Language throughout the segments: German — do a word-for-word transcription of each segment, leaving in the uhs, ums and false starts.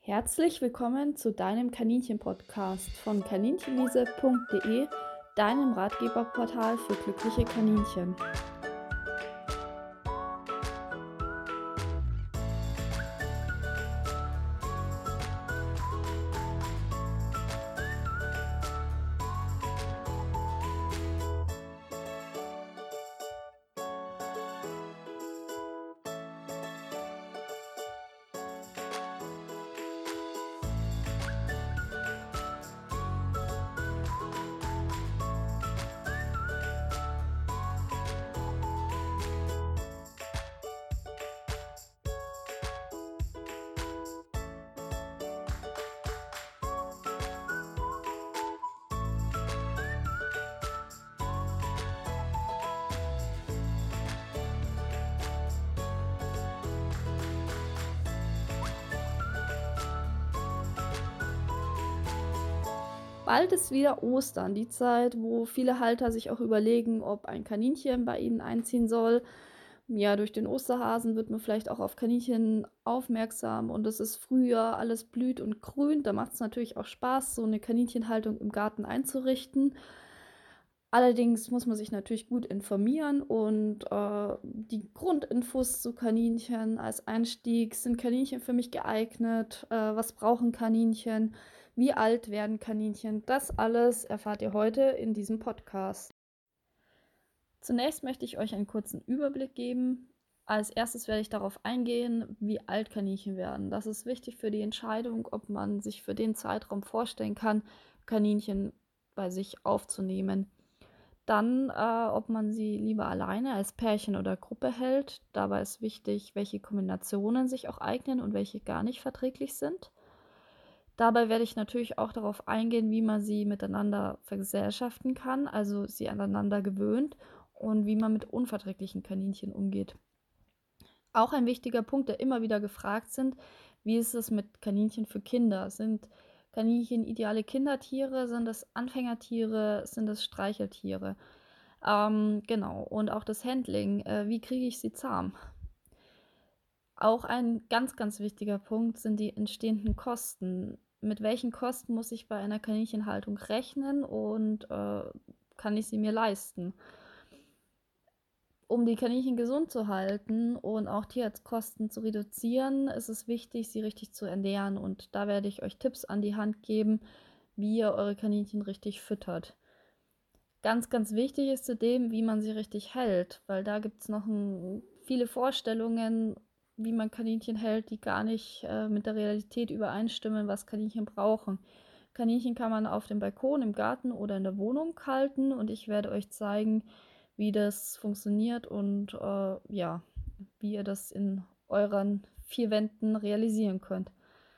Herzlich willkommen zu deinem Kaninchen-Podcast von kaninchenwiese punkt de, deinem Ratgeberportal für glückliche Kaninchen. Bald ist wieder Ostern, die Zeit, wo viele Halter sich auch überlegen, ob ein Kaninchen bei ihnen einziehen soll. Ja, durch den Osterhasen wird man vielleicht auch auf Kaninchen aufmerksam und es ist Frühjahr, alles blüht und grünt. Da macht es natürlich auch Spaß, so eine Kaninchenhaltung im Garten einzurichten. Allerdings muss man sich natürlich gut informieren und äh, die Grundinfos zu Kaninchen als Einstieg: Sind Kaninchen für mich geeignet? Äh, was brauchen Kaninchen? Wie alt werden Kaninchen? Das alles erfahrt ihr heute in diesem Podcast. Zunächst möchte ich euch einen kurzen Überblick geben. Als erstes werde ich darauf eingehen, wie alt Kaninchen werden. Das ist wichtig für die Entscheidung, ob man sich für den Zeitraum vorstellen kann, Kaninchen bei sich aufzunehmen. Dann, äh, ob man sie lieber alleine als Pärchen oder Gruppe hält. Dabei ist wichtig, welche Kombinationen sich auch eignen und welche gar nicht verträglich sind. Dabei werde ich natürlich auch darauf eingehen, wie man sie miteinander vergesellschaften kann, also sie aneinander gewöhnt, und wie man mit unverträglichen Kaninchen umgeht. Auch ein wichtiger Punkt, der immer wieder gefragt sind: Wie ist es mit Kaninchen für Kinder? Sind Kaninchen ideale Kindertiere? Sind es Anfängertiere? Sind es Streicheltiere? Ähm, genau. Und auch das Handling. Äh, wie kriege ich sie zahm? Auch ein ganz, ganz wichtiger Punkt sind die entstehenden Kosten. Mit welchen Kosten muss ich bei einer Kaninchenhaltung rechnen und äh, kann ich sie mir leisten? Um die Kaninchen gesund zu halten und auch Tierarztkosten zu reduzieren, ist es wichtig, sie richtig zu ernähren. Und da werde ich euch Tipps an die Hand geben, wie ihr eure Kaninchen richtig füttert. Ganz, ganz wichtig ist zudem, wie man sie richtig hält, weil da gibt es noch ein, viele Vorstellungen, wie man Kaninchen hält, die gar nicht äh, mit der Realität übereinstimmen, was Kaninchen brauchen. Kaninchen kann man auf dem Balkon, im Garten oder in der Wohnung halten, und ich werde euch zeigen, wie das funktioniert und äh, ja, wie ihr das in euren vier Wänden realisieren könnt.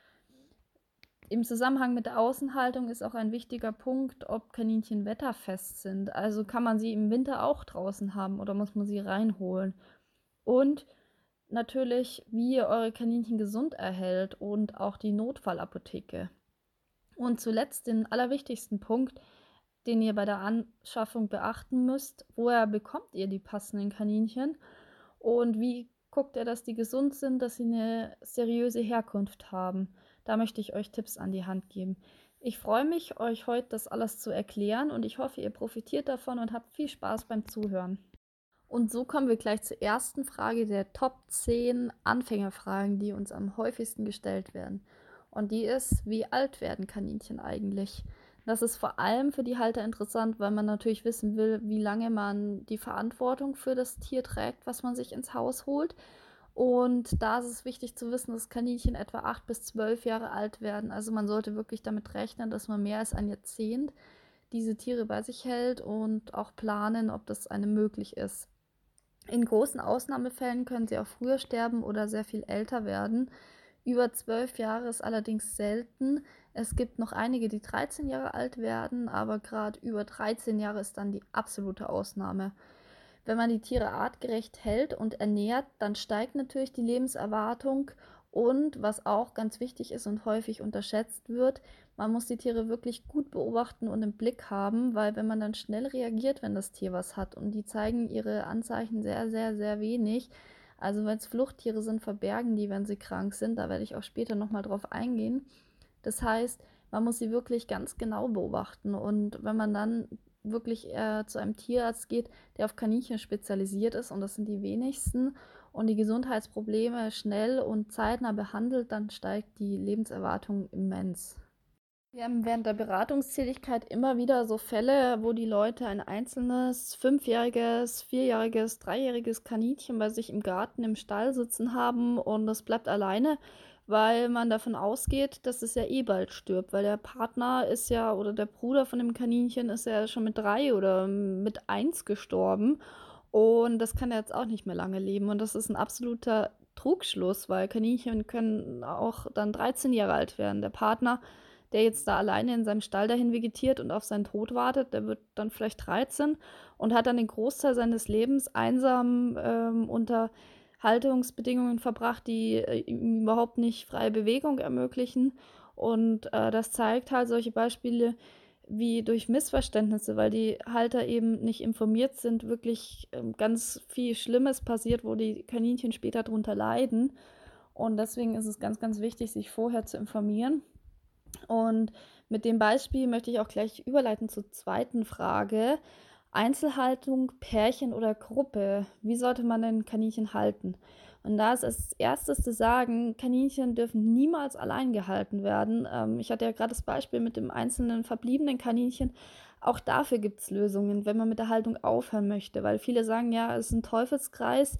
Im Zusammenhang mit der Außenhaltung ist auch ein wichtiger Punkt, ob Kaninchen wetterfest sind. Also kann man sie im Winter auch draußen haben oder muss man sie reinholen? Und natürlich, wie ihr eure Kaninchen gesund erhält und auch die Notfallapotheke. Und zuletzt den allerwichtigsten Punkt, den ihr bei der Anschaffung beachten müsst: Woher bekommt ihr die passenden Kaninchen und wie guckt ihr, dass die gesund sind, dass sie eine seriöse Herkunft haben? Da möchte ich euch Tipps an die Hand geben. Ich freue mich, euch heute das alles zu erklären, und ich hoffe, ihr profitiert davon und habt viel Spaß beim Zuhören. Und so kommen wir gleich zur ersten Frage der Top zehn Anfängerfragen, die uns am häufigsten gestellt werden. Und die ist: Wie alt werden Kaninchen eigentlich? Das ist vor allem für die Halter interessant, weil man natürlich wissen will, wie lange man die Verantwortung für das Tier trägt, was man sich ins Haus holt. Und da ist es wichtig zu wissen, dass Kaninchen etwa acht bis zwölf Jahre alt werden. Also man sollte wirklich damit rechnen, dass man mehr als ein Jahrzehnt diese Tiere bei sich hält und auch planen, ob das einem möglich ist. In großen Ausnahmefällen können sie auch früher sterben oder sehr viel älter werden. Über zwölf Jahre ist allerdings selten. Es gibt noch einige, die dreizehn Jahre alt werden, aber gerade über dreizehn Jahre ist dann die absolute Ausnahme. Wenn man die Tiere artgerecht hält und ernährt, dann steigt natürlich die Lebenserwartung. Und was auch ganz wichtig ist und häufig unterschätzt wird: Man muss die Tiere wirklich gut beobachten und im Blick haben, weil wenn man dann schnell reagiert, wenn das Tier was hat, und die zeigen ihre Anzeichen sehr, sehr, sehr wenig, Also wenn es Fluchttiere sind, verbergen die, wenn sie krank sind. Da werde ich auch später nochmal drauf eingehen. Das heißt, man muss sie wirklich ganz genau beobachten. Und wenn man dann wirklich äh, zu einem Tierarzt geht, der auf Kaninchen spezialisiert ist, und das sind die wenigsten, und die Gesundheitsprobleme schnell und zeitnah behandelt, dann steigt die Lebenserwartung immens. Wir haben während der Beratungstätigkeit immer wieder so Fälle, wo die Leute ein einzelnes fünfjähriges, vierjähriges, dreijähriges Kaninchen bei sich im Garten im Stall sitzen haben und das bleibt alleine, weil man davon ausgeht, dass es ja eh bald stirbt, weil der Partner ist ja oder der Bruder von dem Kaninchen ist ja schon mit drei oder mit eins gestorben und das kann ja jetzt auch nicht mehr lange leben und das ist ein absoluter Trugschluss, weil Kaninchen können auch dann dreizehn Jahre alt werden. Der Partner, der jetzt da alleine in seinem Stall dahin vegetiert und auf seinen Tod wartet, der wird dann vielleicht dreizehn und hat dann den Großteil seines Lebens einsam ähm, unter Haltungsbedingungen verbracht, die äh, ihm überhaupt nicht freie Bewegung ermöglichen. Und äh, das zeigt halt solche Beispiele wie durch Missverständnisse, weil die Halter eben nicht informiert sind, wirklich ähm, ganz viel Schlimmes passiert, wo die Kaninchen später drunter leiden. Und deswegen ist es ganz, ganz wichtig, sich vorher zu informieren. Und mit dem Beispiel möchte ich auch gleich überleiten zur zweiten Frage. Einzelhaltung, Pärchen oder Gruppe. Wie sollte man denn Kaninchen halten? Und da ist als erstes zu sagen, Kaninchen dürfen niemals allein gehalten werden. Ähm, ich hatte ja gerade das Beispiel mit dem einzelnen verbliebenen Kaninchen. Auch dafür gibt es Lösungen, wenn man mit der Haltung aufhören möchte. Weil viele sagen, ja, es ist ein Teufelskreis.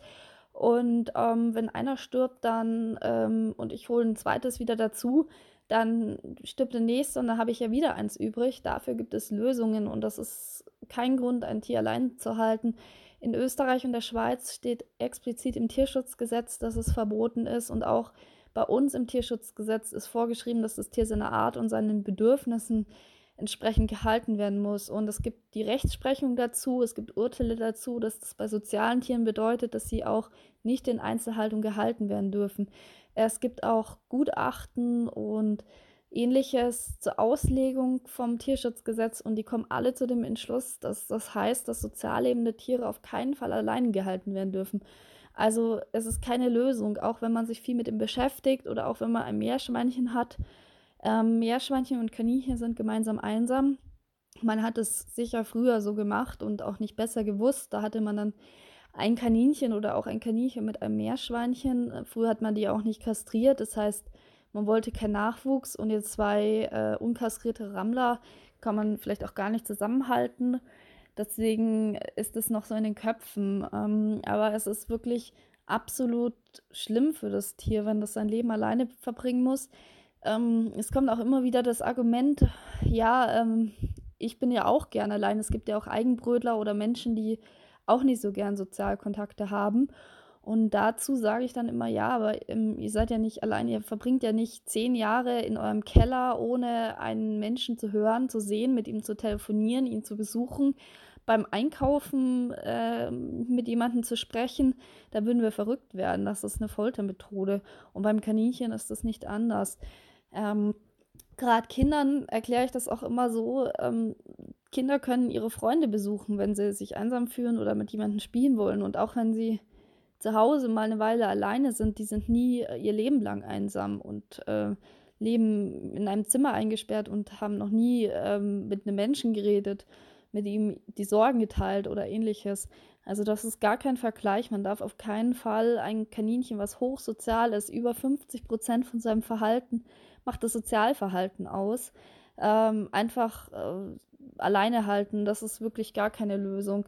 Und ähm, wenn einer stirbt, dann ähm, und ich hole ein zweites wieder dazu, dann stirbt der nächste und dann habe ich ja wieder eins übrig. Dafür gibt es Lösungen und das ist kein Grund, ein Tier allein zu halten. In Österreich und der Schweiz steht explizit im Tierschutzgesetz, dass es verboten ist und auch bei uns im Tierschutzgesetz ist vorgeschrieben, dass das Tier seiner Art und seinen Bedürfnissen entsprechend gehalten werden muss. Und es gibt die Rechtsprechung dazu, es gibt Urteile dazu, dass das bei sozialen Tieren bedeutet, dass sie auch nicht in Einzelhaltung gehalten werden dürfen. Es gibt auch Gutachten und ähnliches zur Auslegung vom Tierschutzgesetz und die kommen alle zu dem Entschluss, dass das heißt, dass sozial lebende Tiere auf keinen Fall allein gehalten werden dürfen. Also es ist keine Lösung, auch wenn man sich viel mit ihm beschäftigt oder auch wenn man ein Meerschweinchen hat. Ähm, Meerschweinchen und Kaninchen sind gemeinsam einsam. Man hat es sicher früher so gemacht und auch nicht besser gewusst. Da hatte man dann ein Kaninchen oder auch ein Kaninchen mit einem Meerschweinchen. Früher hat man die auch nicht kastriert, das heißt, man wollte keinen Nachwuchs und jetzt zwei äh, unkastrierte Rammler kann man vielleicht auch gar nicht zusammenhalten. Deswegen ist es noch so in den Köpfen. Ähm, aber es ist wirklich absolut schlimm für das Tier, wenn das sein Leben alleine verbringen muss. Ähm, es kommt auch immer wieder das Argument, ja, ähm, ich bin ja auch gern allein. Es gibt ja auch Eigenbrötler oder Menschen, die auch nicht so gern Sozialkontakte haben. Und dazu sage ich dann immer, ja, aber ähm, ihr seid ja nicht allein, ihr verbringt ja nicht zehn Jahre in eurem Keller, ohne einen Menschen zu hören, zu sehen, mit ihm zu telefonieren, ihn zu besuchen, beim Einkaufen äh, mit jemandem zu sprechen. Da würden wir verrückt werden. Das ist eine Foltermethode. Und beim Kaninchen ist das nicht anders. Ähm, Gerade Kindern erkläre ich das auch immer so, ähm, Kinder können ihre Freunde besuchen, wenn sie sich einsam fühlen oder mit jemandem spielen wollen. Und auch wenn sie zu Hause mal eine Weile alleine sind, die sind nie äh, ihr Leben lang einsam und äh, leben in einem Zimmer eingesperrt und haben noch nie ähm, mit einem Menschen geredet, mit ihm die Sorgen geteilt oder ähnliches. Also das ist gar kein Vergleich. Man darf auf keinen Fall ein Kaninchen, was hochsozial ist, über fünfzig Prozent von seinem Verhalten macht das Sozialverhalten aus, ähm, einfach äh, alleine halten. Das ist wirklich gar keine Lösung.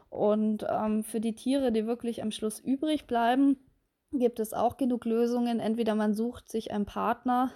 Und ähm, für die Tiere, die wirklich am Schluss übrig bleiben, gibt es auch genug Lösungen. Entweder man sucht sich einen Partner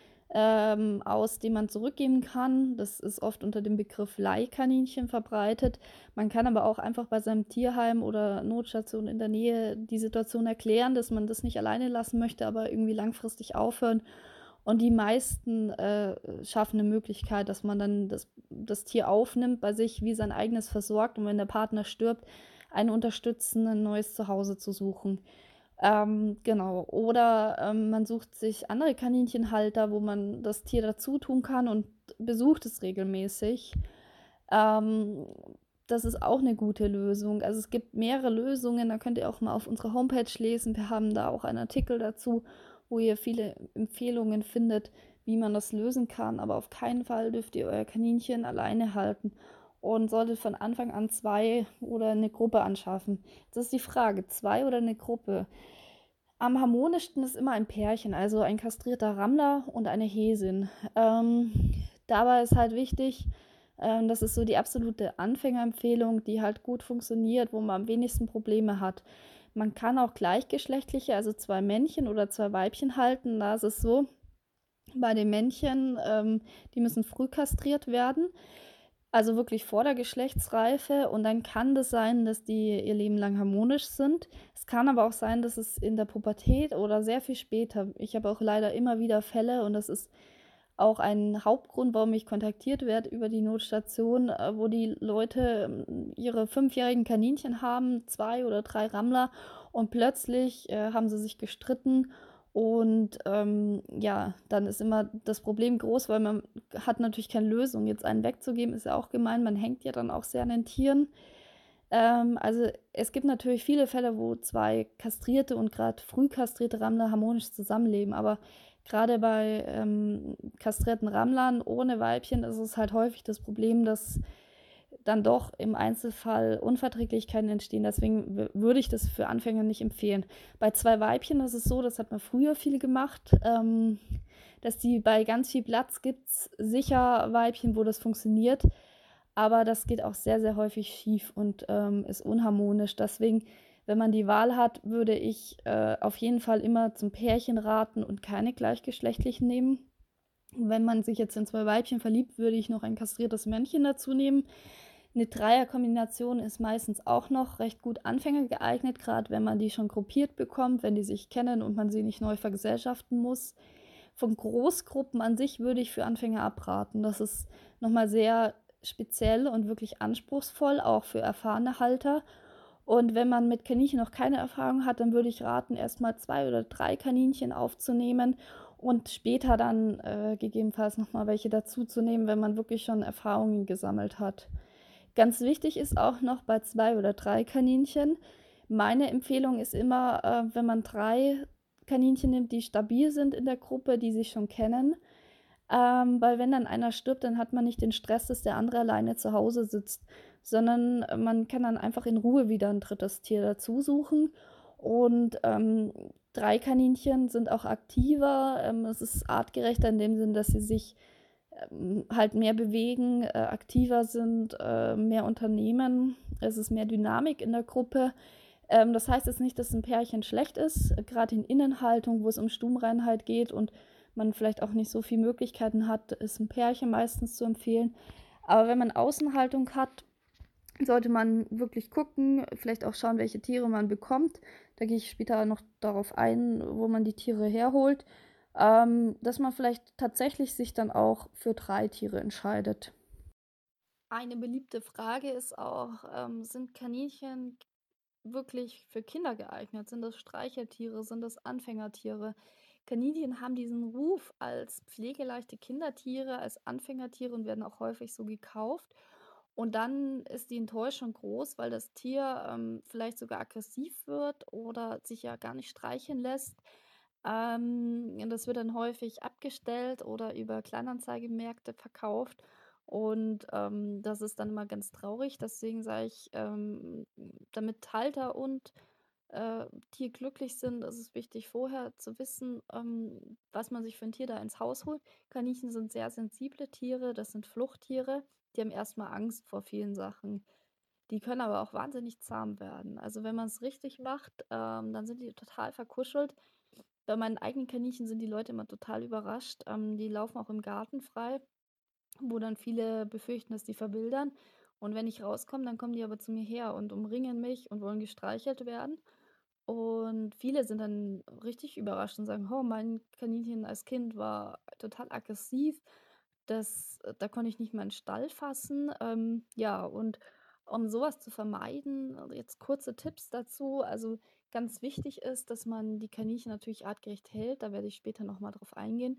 ähm, aus, den man zurückgeben kann. Das ist oft unter dem Begriff Leihkaninchen verbreitet. Man kann aber auch einfach bei seinem Tierheim oder Notstation in der Nähe die Situation erklären, dass man das nicht alleine lassen möchte, aber irgendwie langfristig aufhören. Und die meisten äh, schaffen eine Möglichkeit, dass man dann das, das Tier aufnimmt, bei sich wie sein eigenes versorgt und wenn der Partner stirbt, einen unterstützen, ein neues Zuhause zu suchen. Ähm, genau. Oder ähm, man sucht sich andere Kaninchenhalter, wo man das Tier dazu tun kann und besucht es regelmäßig. Ähm, das ist auch eine gute Lösung. Also, es gibt mehrere Lösungen, da könnt ihr auch mal auf unserer Homepage lesen. Wir haben da auch einen Artikel dazu, wo ihr viele Empfehlungen findet, wie man das lösen kann. Aber auf keinen Fall dürft ihr euer Kaninchen alleine halten und solltet von Anfang an zwei oder eine Gruppe anschaffen. Das ist die Frage, zwei oder eine Gruppe? Am harmonischsten ist immer ein Pärchen, also ein kastrierter Rammler und eine Häsin. Ähm, dabei ist halt wichtig, ähm, das ist so die absolute Anfängerempfehlung, die halt gut funktioniert, wo man am wenigsten Probleme hat. Man kann auch gleichgeschlechtliche, also zwei Männchen oder zwei Weibchen halten. Da ist es so, bei den Männchen, ähm, die müssen früh kastriert werden, also wirklich vor der Geschlechtsreife, und dann kann das sein, dass die ihr Leben lang harmonisch sind. Es kann aber auch sein, dass es in der Pubertät oder sehr viel später, ich habe auch leider immer wieder Fälle, und das ist auch ein Hauptgrund, warum ich kontaktiert werde über die Notstation, äh, wo die Leute ähm, ihre fünfjährigen Kaninchen haben, zwei oder drei Rammler, und plötzlich äh, haben sie sich gestritten, und ähm, ja, dann ist immer das Problem groß, weil man hat natürlich keine Lösung. Jetzt einen wegzugeben, ist ja auch gemein. Man hängt ja dann auch sehr an den Tieren. Ähm, also es gibt natürlich viele Fälle, wo zwei kastrierte und gerade früh kastrierte Rammler harmonisch zusammenleben, aber gerade bei ähm, kastrierten Rammlern ohne Weibchen ist es halt häufig das Problem, dass dann doch im Einzelfall Unverträglichkeiten entstehen. Deswegen würde ich das für Anfänger nicht empfehlen. Bei zwei Weibchen ist es so, das hat man früher viel gemacht, ähm, dass die bei ganz viel Platz gibt es sicher Weibchen, wo das funktioniert. Aber das geht auch sehr, sehr häufig schief und ähm, ist unharmonisch. Deswegen, wenn man die Wahl hat, würde ich äh, auf jeden Fall immer zum Pärchen raten und keine gleichgeschlechtlichen nehmen. Wenn man sich jetzt in zwei Weibchen verliebt, würde ich noch ein kastriertes Männchen dazu nehmen. Eine Dreierkombination ist meistens auch noch recht gut Anfänger geeignet, gerade wenn man die schon gruppiert bekommt, wenn die sich kennen und man sie nicht neu vergesellschaften muss. Von Großgruppen an sich würde ich für Anfänger abraten. Das ist nochmal sehr speziell und wirklich anspruchsvoll, auch für erfahrene Halter. Und wenn man mit Kaninchen noch keine Erfahrung hat, dann würde ich raten, erstmal zwei oder drei Kaninchen aufzunehmen und später dann äh, gegebenenfalls nochmal welche dazuzunehmen, wenn man wirklich schon Erfahrungen gesammelt hat. Ganz wichtig ist auch noch bei zwei oder drei Kaninchen, meine Empfehlung ist immer, äh, wenn man drei Kaninchen nimmt, die stabil sind in der Gruppe, die sich schon kennen, ähm, weil wenn dann einer stirbt, dann hat man nicht den Stress, dass der andere alleine zu Hause sitzt, sondern äh, man kann dann einfach in Ruhe wieder ein drittes Tier dazu suchen. Und ähm, drei Kaninchen sind auch aktiver. Ähm, es ist artgerechter in dem Sinn, dass sie sich ähm, halt mehr bewegen, äh, aktiver sind, äh, mehr unternehmen. Es ist mehr Dynamik in der Gruppe. Ähm, das heißt jetzt nicht, dass ein Pärchen schlecht ist, gerade in Innenhaltung, wo es um Stubenreinheit geht und man vielleicht auch nicht so viele Möglichkeiten hat, ist ein Pärchen meistens zu empfehlen. Aber wenn man Außenhaltung hat, sollte man wirklich gucken, vielleicht auch schauen, welche Tiere man bekommt. Da gehe ich später noch darauf ein, wo man die Tiere herholt. Ähm, dass man vielleicht tatsächlich sich dann auch für drei Tiere entscheidet. Eine beliebte Frage ist auch, ähm, sind Kaninchen wirklich für Kinder geeignet? Sind das Streicheltiere? Sind das Anfängertiere? Kaninchen haben diesen Ruf als pflegeleichte Kindertiere, als Anfängertiere, und werden auch häufig so gekauft. Und dann ist die Enttäuschung groß, weil das Tier ähm, vielleicht sogar aggressiv wird oder sich ja gar nicht streicheln lässt. Ähm, das wird dann häufig abgestellt oder über Kleinanzeigemärkte verkauft. Und ähm, das ist dann immer ganz traurig. Deswegen sage ich, ähm, damit Halter und äh, Tier glücklich sind, ist es wichtig, vorher zu wissen, ähm, was man sich für ein Tier da ins Haus holt. Kaninchen sind sehr sensible Tiere, das sind Fluchttiere, die haben erstmal Angst vor vielen Sachen. Die können aber auch wahnsinnig zahm werden. Also wenn man es richtig macht, ähm, dann sind die total verkuschelt. Bei meinen eigenen Kaninchen sind die Leute immer total überrascht. Ähm, die laufen auch im Garten frei, wo dann viele befürchten, dass die verwildern. Und wenn ich rauskomme, dann kommen die aber zu mir her und umringen mich und wollen gestreichelt werden. Und viele sind dann richtig überrascht und sagen: „Oh, mein Kaninchen als Kind war total aggressiv. Das äh, Da konnte ich nicht mal in 'n Stall fassen.“ Ähm, ja, und um sowas zu vermeiden, also jetzt kurze Tipps dazu. Also, ganz wichtig ist, dass man die Kaninchen natürlich artgerecht hält. Da werde ich später noch mal drauf eingehen.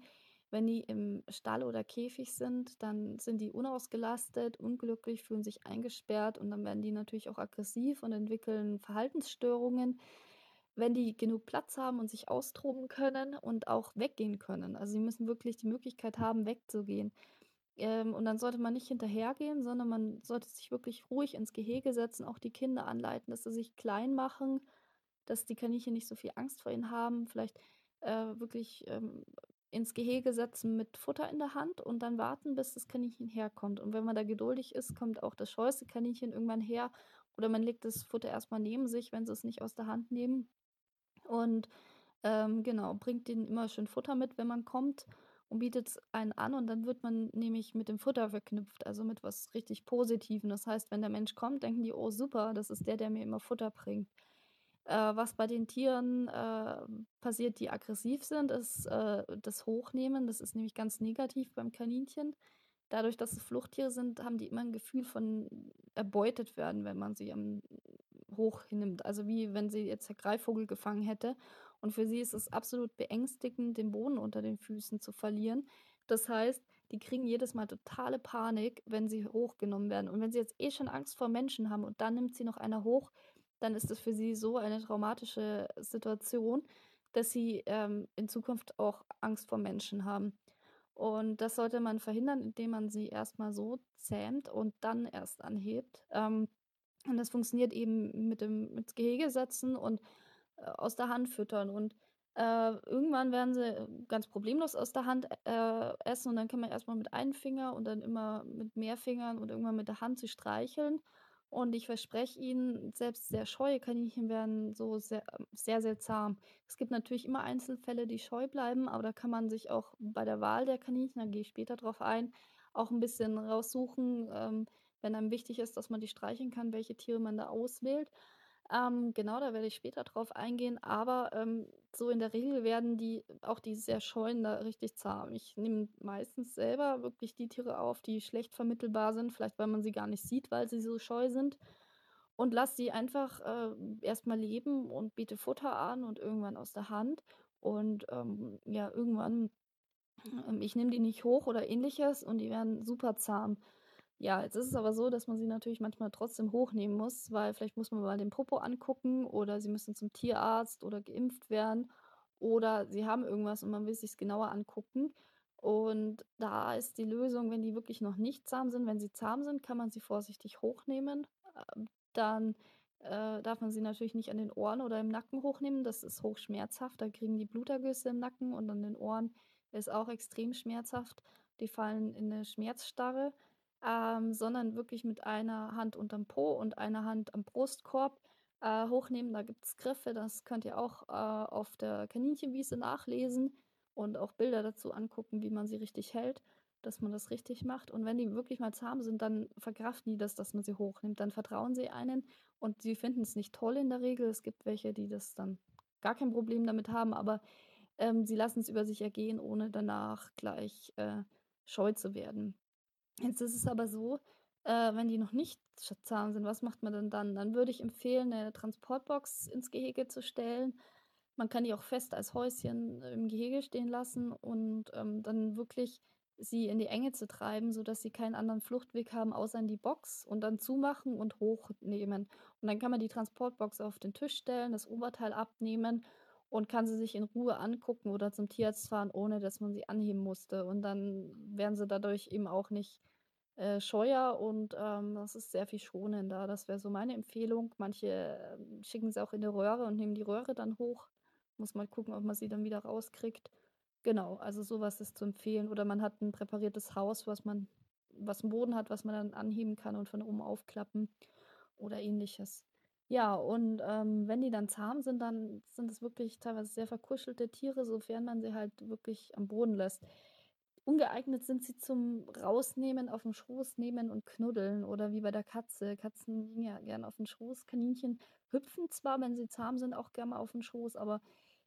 Wenn die im Stall oder Käfig sind, dann sind die unausgelastet, unglücklich, fühlen sich eingesperrt und dann werden die natürlich auch aggressiv und entwickeln Verhaltensstörungen. Wenn die genug Platz haben und sich austoben können und auch weggehen können. Also, sie müssen wirklich die Möglichkeit haben, wegzugehen. Ähm, und dann sollte man nicht hinterhergehen, sondern man sollte sich wirklich ruhig ins Gehege setzen, auch die Kinder anleiten, dass sie sich klein machen, dass die Kaninchen nicht so viel Angst vor ihnen haben. Vielleicht, äh, wirklich, ähm, ins Gehege setzen mit Futter in der Hand und dann warten, bis das Kaninchen herkommt. Und wenn man da geduldig ist, kommt auch das scheueste Kaninchen irgendwann her oder man legt das Futter erst mal neben sich, wenn sie es nicht aus der Hand nehmen. Und, ähm, genau, bringt denen immer schön Futter mit, wenn man kommt und bietet's einen an und dann wird man nämlich mit dem Futter verknüpft, also mit was richtig Positivem. Das heißt, wenn der Mensch kommt, denken die: „Oh super, das ist der, der mir immer Futter bringt.“ Äh, was bei den Tieren, äh, passiert, die aggressiv sind, ist, äh, das Hochnehmen. Das ist nämlich ganz negativ beim Kaninchen. Dadurch, dass es Fluchttiere sind, haben die immer 'n Gefühl von erbeutet werden, wenn man sie, ähm, hochnimmt. Also, wie wenn sie jetzt der Greifvogel gefangen hätte. Und für sie ist es absolut beängstigend, den Boden unter den Füßen zu verlieren. Das heißt, die kriegen jedes Mal totale Panik, wenn sie hochgenommen werden. Und wenn sie jetzt eh schon Angst vor Menschen haben und dann nimmt sie noch einer hoch, dann ist das für sie so eine traumatische Situation, dass sie, ähm, in Zukunft auch Angst vor Menschen haben. Und das sollte man verhindern, indem man sie erst mal so zähmt und dann erst anhebt. Ähm, und das funktioniert eben mit dem ins Gehege setzen und, äh, aus der Hand füttern. Und, äh, irgendwann werden sie, äh, ganz problemlos aus der Hand, äh, essen und dann kann man erst mal mit einem Finger und dann immer mit mehr Fingern und irgendwann mit der Hand sie streicheln. Und ich verspreche Ihnen, selbst sehr scheue Kaninchen werden so sehr ähm, sehr, sehr zahm. Es gibt natürlich immer Einzelfälle, die scheu bleiben, aber da kann man sich auch bei der Wahl der Kaninchen, da gehe ich später drauf ein, auch 'n bisschen raussuchen, ähm, wenn einem wichtig ist, dass man die streicheln kann, welche Tiere man da auswählt. Ähm, genau, da werde ich später drauf eingehen, aber, ähm, so in der Regel werden die auch die sehr scheuen da richtig zahm. Ich nehme meistens selber wirklich die Tiere auf, die schlecht vermittelbar sind, vielleicht weil man sie gar nicht sieht, weil sie so scheu sind und lasse sie einfach, äh, erst mal leben und biete Futter an und irgendwann aus der Hand. Und, ähm, ja, irgendwann ähm, ich nehme die nicht hoch oder Ähnliches und die werden super zahm. Ja, jetzt ist es aber so, dass man sie natürlich manchmal trotzdem hochnehmen muss, weil vielleicht muss man mal den Popo angucken oder sie müssen zum Tierarzt oder geimpft werden oder sie haben irgendwas und man will sich's genauer angucken. Und da ist die Lösung, wenn die wirklich noch nicht zahm sind wenn sie zahm sind, kann man sie vorsichtig hochnehmen. Ähm, dann, äh, darf man sie natürlich nicht an den Ohren oder im Nacken hochnehmen. Das ist hochschmerzhaft. Da kriegen die Blutergüsse im Nacken und an den Ohren ist auch extrem schmerzhaft. Die fallen in 'ne Schmerzstarre, ähm, sondern wirklich mit einer Hand unterm Po und einer Hand am Brustkorb, äh, hochnehmen. Da gibt's Griffe, das könnt ihr auch, äh, auf der Kaninchenwiese nachlesen und auch Bilder dazu angucken, wie man sie richtig hält, dass man das richtig macht. Und wenn die wirklich mal zahm sind, dann verkraften die das, dass man sie hochnimmt. Dann vertrauen sie einen und sie finden's nicht toll in der Regel. Es gibt welche, die das dann gar kein Problem damit haben, aber, ähm, sie lassen's über sich ergehen, ohne danach gleich, äh, scheu zu werden. Jetzt ist es aber so, äh, wenn die noch nicht sch zahm sind, was macht man denn dann? Dann würde ich empfehlen, 'ne Transportbox ins Gehege zu stellen. Man kann die auch fest als Häuschen im Gehege stehen lassen und, ähm, dann wirklich sie in die Enge zu treiben, sodass sie keinen anderen Fluchtweg haben, außer in die Box und dann zumachen und hochnehmen. Und dann kann man die Transportbox auf den Tisch stellen, das Oberteil abnehmen und kann sie sich in Ruhe angucken oder zum Tierarzt fahren, ohne dass man sie anheben musste. Und dann werden sie dadurch eben auch nicht, äh, scheuer und, ähm, das ist sehr viel schonender. Das wäre so meine Empfehlung. Manche, ähm, schicken sie auch in 'ne Röhre und nehmen die Röhre dann hoch. Muss man gucken, ob man sie dann wieder rauskriegt. Genau, also so was ist zu empfehlen. Oder man hat 'n präpariertes Haus, was man was 'n Boden hat, was man dann anheben kann und von oben aufklappen oder Ähnliches. Ja, und, ähm, wenn die dann zahm sind, dann sind es wirklich teilweise sehr verkuschelte Tiere, sofern man sie halt wirklich am Boden lässt. Ungeeignet sind sie zum Rausnehmen, aufm Schoß nehmen und knuddeln oder wie bei der Katze. Katzen liegen ja gern aufm Schoß. Kaninchen hüpfen zwar, wenn sie zahm sind, auch gern mal auf 'n Schoß, aber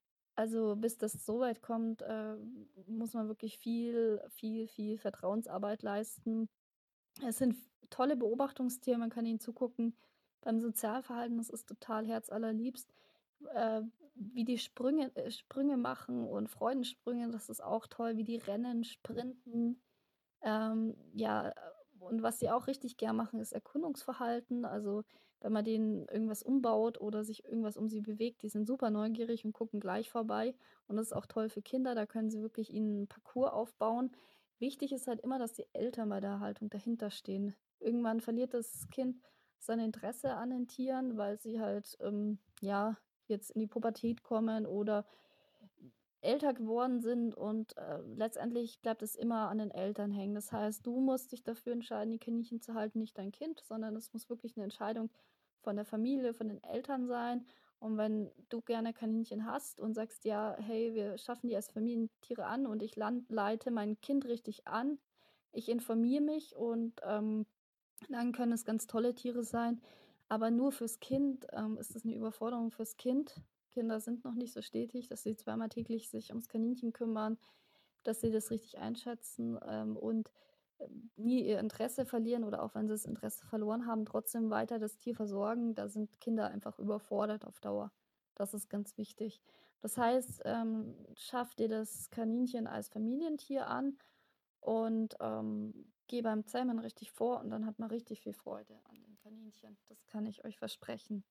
also bis das so weit kommt, äh, muss man wirklich viel, viel, viel Vertrauensarbeit leisten. Es sind f tolle Beobachtungstiere, man kann ihnen zugucken beim Sozialverhalten, das ist total herzallerliebst. Äh, wie die Sprünge äh, Sprünge machen und Freudensprünge, das ist auch toll, wie die rennen, sprinten. Ähm, ja, äh, und was sie auch richtig gern machen, ist Erkundungsverhalten. Also, wenn man denen irgendwas umbaut oder sich irgendwas um sie bewegt, die sind super neugierig und gucken gleich vorbei. Und das ist auch toll für Kinder, da können sie wirklich ihnen 'n Parcours aufbauen. Wichtig ist halt immer, dass die Eltern bei der Haltung dahinter stehen. Irgendwann verliert das Kind sein Interesse an den Tieren, weil sie halt, ähm, ja, jetzt in die Pubertät kommen oder älter geworden sind und, äh, letztendlich bleibt es immer an den Eltern hängen. Das heißt, du musst dich dafür entscheiden, die Kaninchen zu halten, nicht dein Kind, sondern es muss wirklich eine Entscheidung von der Familie, von den Eltern sein. Und wenn du gerne Kaninchen hast und sagst: „Ja, hey, wir schaffen die als Familientiere an und ich lan leite mein Kind richtig an. Ich informiere mich und, ähm, dann können es ganz tolle Tiere sein, aber nur fürs Kind, ähm, ist es 'ne Überforderung fürs Kind. Kinder sind noch nicht so stetig, dass sie zweimal täglich sich ums Kaninchen kümmern, dass sie das richtig einschätzen, ähm, und, ähm, nie ihr Interesse verlieren oder auch wenn sie das Interesse verloren haben, trotzdem weiter das Tier versorgen. Da sind Kinder einfach überfordert auf Dauer. Das ist ganz wichtig. Das heißt, ähm, schaff dir das Kaninchen als Familientier an und, ähm, gehe beim Zähmen richtig vor und dann hat man richtig viel Freude an den Kaninchen. Das kann ich euch versprechen.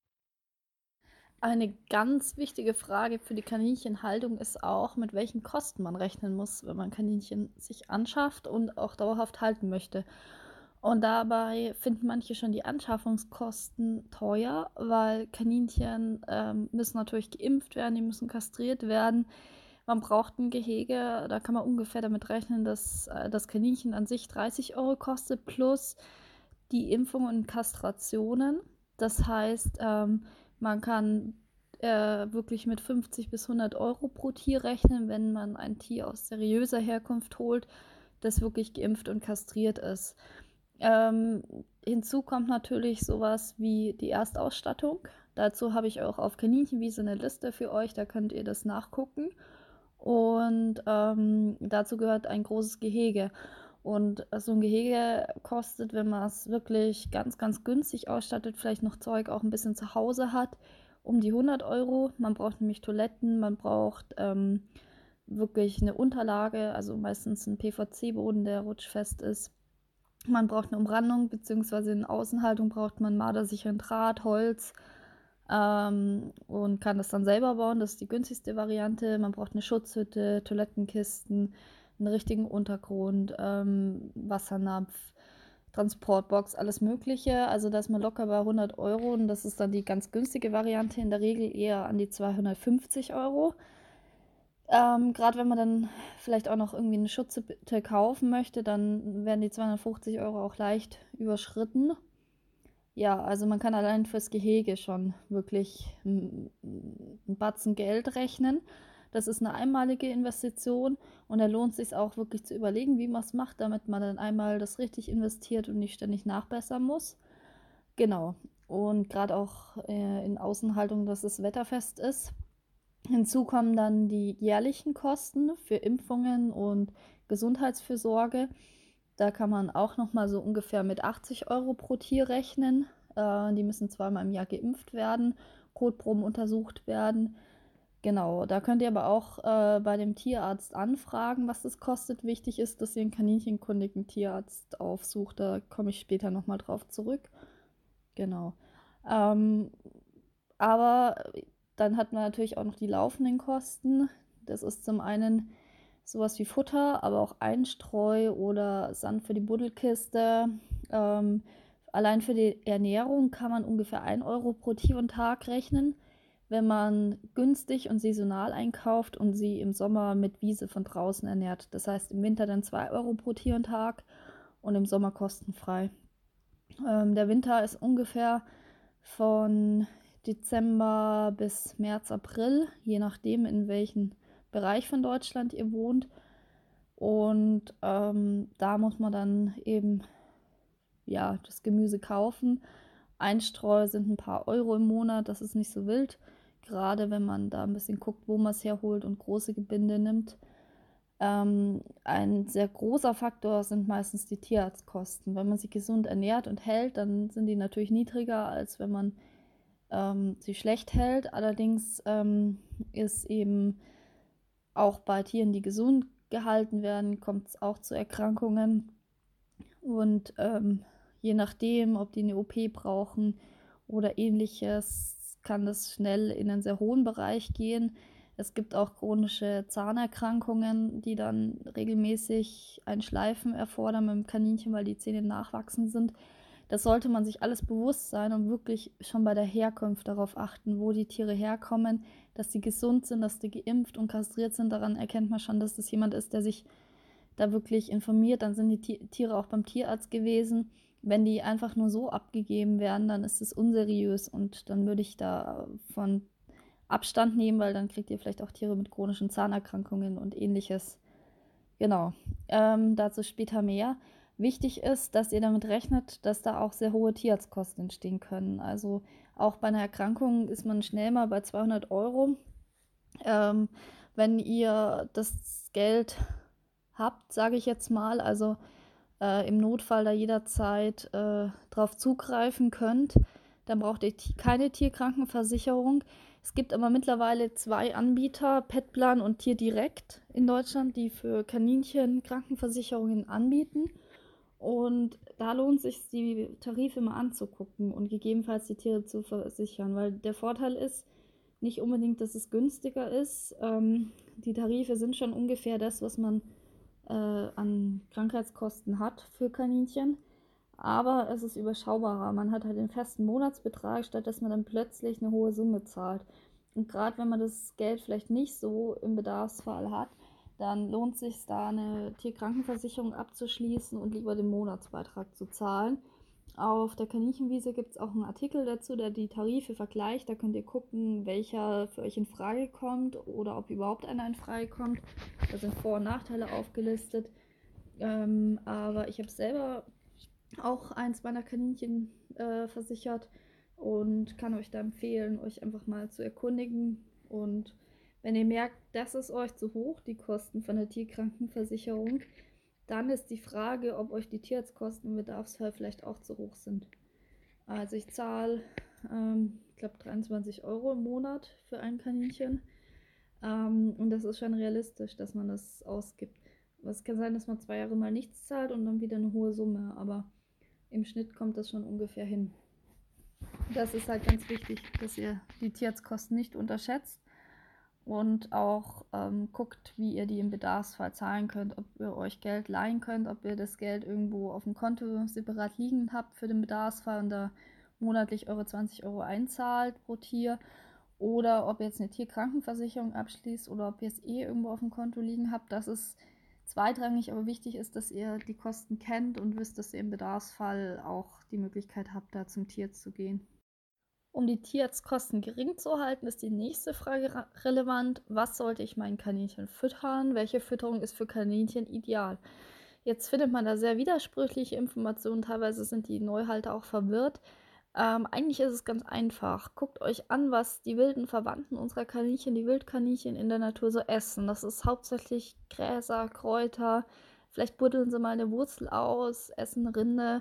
Eine ganz wichtige Frage für die Kaninchenhaltung ist auch, mit welchen Kosten man rechnen muss, wenn man Kaninchen sich anschafft und auch dauerhaft halten möchte. Und dabei finden manche schon die Anschaffungskosten teuer, weil Kaninchen, ähm, müssen natürlich geimpft werden, die müssen kastriert werden. Man braucht ein Gehege, da kann man ungefähr damit rechnen, dass, äh, das Kaninchen an sich dreißig Euro kostet plus die Impfung und Kastrationen. Das heißt, ähm, man kann, äh, wirklich mit fünfzig bis hundert Euro pro Tier rechnen, wenn man ein Tier aus seriöser Herkunft holt, das wirklich geimpft und kastriert ist. Ähm, hinzu kommt natürlich sowas wie die Erstausstattung. Dazu habe ich auch auf Kaninchenwiese eine Liste für euch, da könnt ihr das nachgucken. Und, ähm, dazu gehört ein großes Gehege. Und, äh, so 'n Gehege kostet, wenn man's wirklich ganz, ganz günstig ausstattet, vielleicht noch Zeug auch ein bisschen zu Hause hat, um die hundert Euro. Man braucht nämlich Toiletten, man braucht, ähm, wirklich eine Unterlage, also meistens 'n P V C-Boden, der rutschfest ist. Man braucht eine Umrandung beziehungsweise in Außenhaltung braucht man mardersicheren Draht, Holz, ähm, und kann das dann selber bauen. Das ist die günstigste Variante. Man braucht eine Schutzhütte, Toilettenkisten, einen richtigen Untergrund, ähm, Wassernapf, Transportbox, alles Mögliche. Also, da ist man locker bei hundert Euro und das ist dann die ganz günstige Variante, in der Regel eher an die zweihundertfünfzig Euro. Ähm, grad wenn man dann vielleicht auch noch irgendwie 'ne Schutzhütte kaufen möchte, dann werden die zweihundertfünfzig Euro auch leicht überschritten. Ja, also man kann allein fürs Gehege schon wirklich 'n 'n Batzen Geld rechnen. Das ist 'ne einmalige Investition und da lohnt sich's auch wirklich zu überlegen, wie man's macht, damit man dann einmal das richtig investiert und nicht ständig nachbessern muss. Genau. Und grad auch, äh, in Außenhaltung, dass es wetterfest ist. Hinzu kommen dann die jährlichen Kosten für Impfungen und Gesundheitsfürsorge. Da kann man auch noch mal so ungefähr mit achtzig Euro pro Tier rechnen. Äh, die müssen zweimal im Jahr geimpft werden, Kotproben untersucht werden. Genau, da könnt ihr aber auch, äh, bei dem Tierarzt anfragen, was das kostet. Wichtig ist, dass ihr 'n kaninchenkundigen Tierarzt aufsucht, da komme ich später noch mal drauf zurück. Genau. Ähm, aber dann hat man natürlich auch noch die laufenden Kosten. Das ist zum einen sowas wie Futter, aber auch Einstreu oder Sand für die Buddelkiste. Ähm, allein für die Ernährung kann man ungefähr ein Euro pro Tier und Tag rechnen, wenn man günstig und saisonal einkauft und sie im Sommer mit Wiese von draußen ernährt. Das heißt, im Winter dann zwei Euro pro Tier und Tag und im Sommer kostenfrei. Ähm, der Winter ist ungefähr von Dezember bis März, April, je nachdem, in welchem Bereich von Deutschland ihr wohnt. Und, ähm, da muss man dann eben, ja, das Gemüse kaufen. Einstreu sind ein paar Euro im Monat, das ist nicht so wild, gerade wenn man da ein bisschen guckt, wo man es herholt und große Gebinde nimmt. Ähm, ein sehr großer Faktor sind meistens die Tierarztkosten. Wenn man sich gesund ernährt und hält, dann sind die natürlich niedriger, als wenn man ähm, sie schlecht hält. Allerdings ähm, ist eben auch bei Tieren, die gesund gehalten werden, kommt es auch zu Erkrankungen. Und ähm, je nachdem, ob die eine O P brauchen oder ähnliches, kann das schnell in einen sehr hohen Bereich gehen. Es gibt auch chronische Zahnerkrankungen, die dann regelmäßig ein Schleifen erfordern mit dem Kaninchen, weil die Zähne nachwachsen sind. Das sollte man sich alles bewusst sein und wirklich schon bei der Herkunft darauf achten, wo die Tiere herkommen, dass sie gesund sind, dass die geimpft und kastriert sind. Daran erkennt man schon, dass das jemand ist, der sich da wirklich informiert. Dann sind die Tiere auch beim Tierarzt gewesen. Wenn die einfach nur so abgegeben werden, dann ist es unseriös und dann würde ich da von Abstand nehmen, weil dann kriegt ihr vielleicht auch Tiere mit chronischen Zahnerkrankungen und ähnliches. Genau, ähm, dazu später mehr. Wichtig ist, dass ihr damit rechnet, dass da auch sehr hohe Tierarztkosten entstehen können. Also auch bei einer Erkrankung ist man schnell mal bei zweihundert Euro. Ähm, wenn ihr das Geld habt, sage ich jetzt mal, also äh, im Notfall da jederzeit äh, drauf zugreifen könnt, dann braucht ihr keine Tierkrankenversicherung. Es gibt aber mittlerweile zwei Anbieter, Petplan und Tierdirekt in Deutschland, die für Kaninchen Krankenversicherungen anbieten. Und da lohnt sich, die Tarife mal anzugucken und gegebenenfalls die Tiere zu versichern, weil der Vorteil ist nicht unbedingt, dass es günstiger ist. Ähm, die Tarife sind schon ungefähr das, was man äh, an Krankheitskosten hat für Kaninchen. Aber es ist überschaubarer. Man hat halt den festen Monatsbetrag, statt dass man dann plötzlich eine hohe Summe zahlt. Und gerade wenn man das Geld vielleicht nicht so im Bedarfsfall hat, dann lohnt es sich da eine Tierkrankenversicherung abzuschließen und lieber den Monatsbeitrag zu zahlen. Auf der Kaninchenwiese gibt es auch einen Artikel dazu, der die Tarife vergleicht. Da könnt ihr gucken, welcher für euch in Frage kommt oder ob überhaupt einer in Frage kommt. Da sind Vor- und Nachteile aufgelistet. Ähm, aber ich habe selber auch eins meiner Kaninchen äh, versichert und kann euch da empfehlen, euch einfach mal zu erkundigen. Und wenn ihr merkt, das ist euch zu hoch, die Kosten von der Tierkrankenversicherung, dann ist die Frage, ob euch die Tierarztkosten im Bedarfsfall vielleicht auch zu hoch sind. Also ich zahle, ähm, ich glaube, dreiundzwanzig Euro im Monat für ein Kaninchen. Ähm, und das ist schon realistisch, dass man das ausgibt. Es kann sein, dass man zwei Jahre mal nichts zahlt und dann wieder eine hohe Summe, aber im Schnitt kommt das schon ungefähr hin. Das ist halt ganz wichtig, dass ihr die Tierarztkosten nicht unterschätzt und auch ähm, guckt, wie ihr die im Bedarfsfall zahlen könnt, ob ihr euch Geld leihen könnt, ob ihr das Geld irgendwo auf dem Konto separat liegen habt für den Bedarfsfall und da monatlich eure zwanzig Euro einzahlt pro Tier oder ob ihr jetzt eine Tierkrankenversicherung abschließt oder ob ihr es eh irgendwo auf dem Konto liegen habt. Das ist zweitrangig, aber wichtig ist, dass ihr die Kosten kennt und wisst, dass ihr im Bedarfsfall auch die Möglichkeit habt, da zum Tierarzt zu gehen. Um die Tierarztkosten gering zu halten, ist die nächste Frage relevant. Was sollte ich meinen Kaninchen füttern? Welche Fütterung ist für Kaninchen ideal? Jetzt findet man da sehr widersprüchliche Informationen. Teilweise sind die Neuhalter auch verwirrt. Ähm, eigentlich ist es ganz einfach. Guckt euch an, was die wilden Verwandten unserer Kaninchen, die Wildkaninchen in der Natur so essen. Das ist hauptsächlich Gräser, Kräuter. Vielleicht buddeln sie mal eine Wurzel aus, essen Rinde.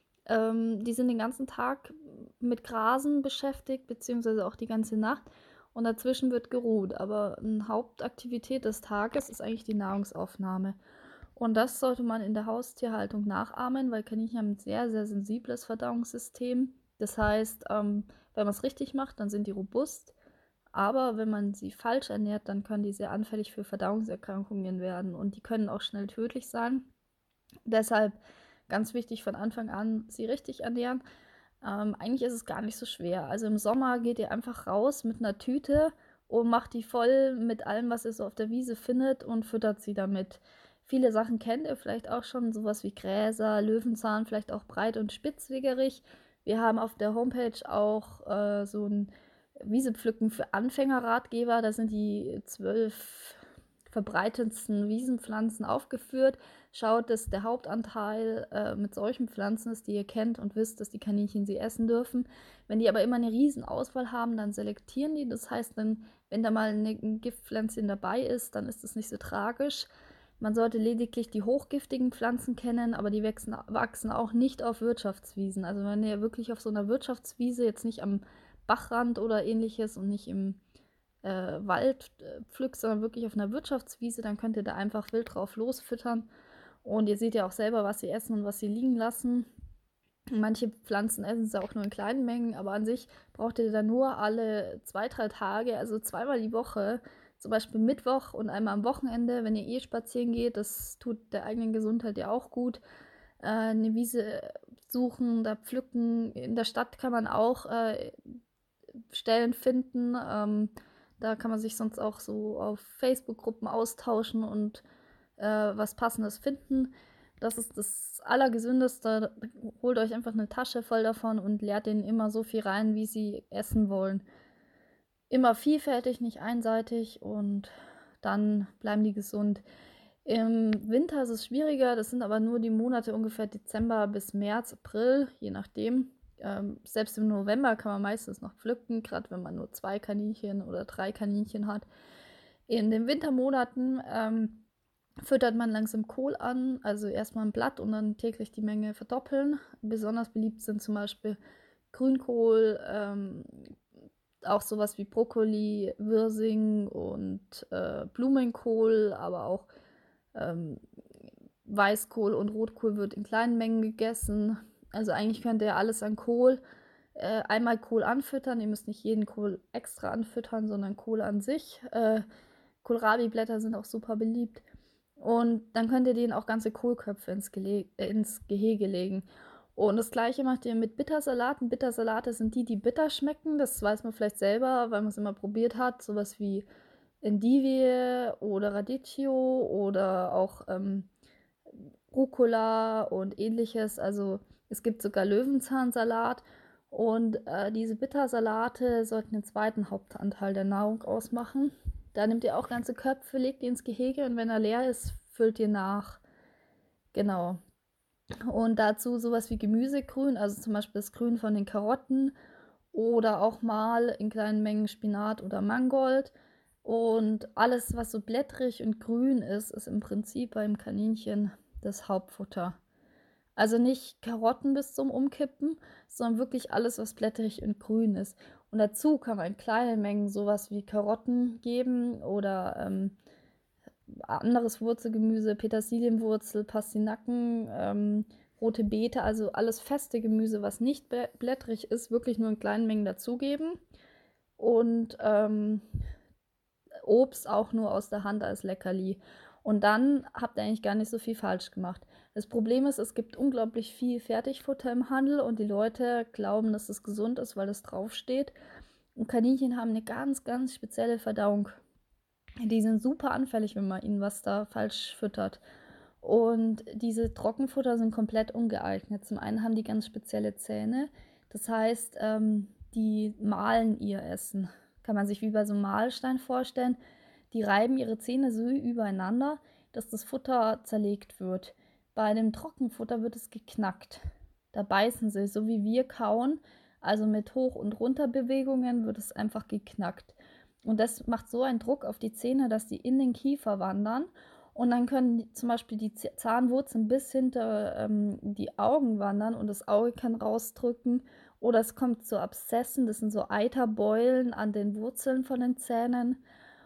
Ähm, die sind den ganzen Tag mit Grasen beschäftigt, beziehungsweise auch die ganze Nacht. Und dazwischen wird geruht. Aber eine Hauptaktivität des Tages ist eigentlich die Nahrungsaufnahme. Und das sollte man in der Haustierhaltung nachahmen, weil Kaninchen haben ein sehr, sehr sensibles Verdauungssystem. Das heißt, ähm, wenn man es richtig macht, dann sind die robust. Aber wenn man sie falsch ernährt, dann können die sehr anfällig für Verdauungserkrankungen werden. Und die können auch schnell tödlich sein. Deshalb ganz wichtig von Anfang an, sie richtig ernähren. Ähm, eigentlich ist es gar nicht so schwer. Also im Sommer geht ihr einfach raus mit einer Tüte und macht die voll mit allem, was ihr so auf der Wiese findet und füttert sie damit. Viele Sachen kennt ihr vielleicht auch schon, sowas wie Gräser, Löwenzahn, vielleicht auch breit- und spitzwegerig. Wir haben auf der Homepage auch äh, so ein Wiesepflücken für Anfänger-Ratgeber. Da sind die zwölf verbreitetsten Wiesenpflanzen aufgeführt. Schaut, dass der Hauptanteil äh, mit solchen Pflanzen ist, die ihr kennt und wisst, dass die Kaninchen sie essen dürfen. Wenn die aber immer eine riesen Auswahl haben, dann selektieren die. Das heißt, dann, wenn da mal ein Giftpflänzchen dabei ist, dann ist das nicht so tragisch. Man sollte lediglich die hochgiftigen Pflanzen kennen, aber die wachsen, wachsen auch nicht auf Wirtschaftswiesen. Also wenn ihr wirklich auf so einer Wirtschaftswiese, jetzt nicht am Bachrand oder ähnliches und nicht im äh, Wald äh, pflückt, sondern wirklich auf einer Wirtschaftswiese, dann könnt ihr da einfach wild drauf losfüttern. Und ihr seht ja auch selber, was sie essen und was sie liegen lassen. Manche Pflanzen essen sie auch nur in kleinen Mengen, aber an sich braucht ihr dann nur alle zwei, drei Tage, also zweimal die Woche, zum Beispiel Mittwoch und einmal am Wochenende, wenn ihr eh spazieren geht. Das tut der eigenen Gesundheit ja auch gut. Äh, eine Wiese suchen, da pflücken. In der Stadt kann man auch äh, Stellen finden. Ähm, da kann man sich sonst auch so auf Facebook-Gruppen austauschen und äh, was Passendes finden. Das ist das Allergesündeste. Holt euch einfach eine Tasche voll davon und leert denen immer so viel rein, wie sie essen wollen. Immer vielfältig, nicht einseitig und dann bleiben die gesund. Im Winter ist es schwieriger, das sind aber nur die Monate ungefähr Dezember bis März, April, je nachdem. Ähm, selbst im November kann man meistens noch pflücken, gerade wenn man nur zwei Kaninchen oder drei Kaninchen hat. In den Wintermonaten ähm, füttert man langsam Kohl an, also erstmal ein Blatt und dann täglich die Menge verdoppeln. Besonders beliebt sind zum Beispiel Grünkohl, ähm, auch sowas wie Brokkoli, Wirsing und äh, Blumenkohl, aber auch ähm, Weißkohl und Rotkohl wird in kleinen Mengen gegessen. Also eigentlich könnt ihr alles an Kohl äh, einmal Kohl anfüttern. Ihr müsst nicht jeden Kohl extra anfüttern, sondern Kohl an sich. Äh, Kohlrabi-Blätter sind auch super beliebt. Und dann könnt ihr denen auch ganze Kohlköpfe ins, Gele äh, ins Gehege legen. Und das gleiche macht ihr mit Bittersalaten. Bittersalate sind die, die bitter schmecken. Das weiß man vielleicht selber, weil man es immer probiert hat. Sowas wie Endivie oder Radicchio oder auch ähm, Rucola und ähnliches. Also es gibt sogar Löwenzahnsalat. Und äh, diese Bittersalate sollten den zweiten Hauptanteil der Nahrung ausmachen. Da nehmt ihr auch ganze Köpfe, legt die ins Gehege und wenn er leer ist, füllt ihr nach. Genau. Und dazu sowas wie Gemüsegrün, also zum Beispiel das Grün von den Karotten oder auch mal in kleinen Mengen Spinat oder Mangold. Und alles, was so blättrig und grün ist, ist im Prinzip beim Kaninchen das Hauptfutter. Also nicht Karotten bis zum Umkippen, sondern wirklich alles, was blättrig und grün ist. Und dazu kann man in kleinen Mengen sowas wie Karotten geben oder ähm, anderes Wurzelgemüse, Petersilienwurzel, Pastinaken, ähm, rote Beete, also alles feste Gemüse, was nicht blättrig ist, wirklich nur in kleinen Mengen dazugeben. Und ähm, Obst auch nur aus der Hand als Leckerli. Und dann habt ihr eigentlich gar nicht so viel falsch gemacht. Das Problem ist, es gibt unglaublich viel Fertigfutter im Handel und die Leute glauben, dass es gesund ist, weil es draufsteht. Und Kaninchen haben eine ganz, ganz spezielle Verdauung. Die sind super anfällig, wenn man ihnen was da falsch füttert. Und diese Trockenfutter sind komplett ungeeignet. Zum einen haben die ganz spezielle Zähne. Das heißt, ähm, die mahlen ihr Essen. Kann man sich wie bei so einem Mahlstein vorstellen. Die reiben ihre Zähne so übereinander, dass das Futter zerlegt wird. Bei dem Trockenfutter wird es geknackt. Da beißen sie, so wie wir kauen. Also mit Hoch- und Runterbewegungen wird es einfach geknackt. Und das macht so einen Druck auf die Zähne, dass die in den Kiefer wandern. Und dann können die, zum Beispiel die Zahnwurzeln bis hinter ähm, die Augen wandern und das Auge kann rausdrücken. Oder es kommt zu Abszessen, das sind so Eiterbeulen an den Wurzeln von den Zähnen.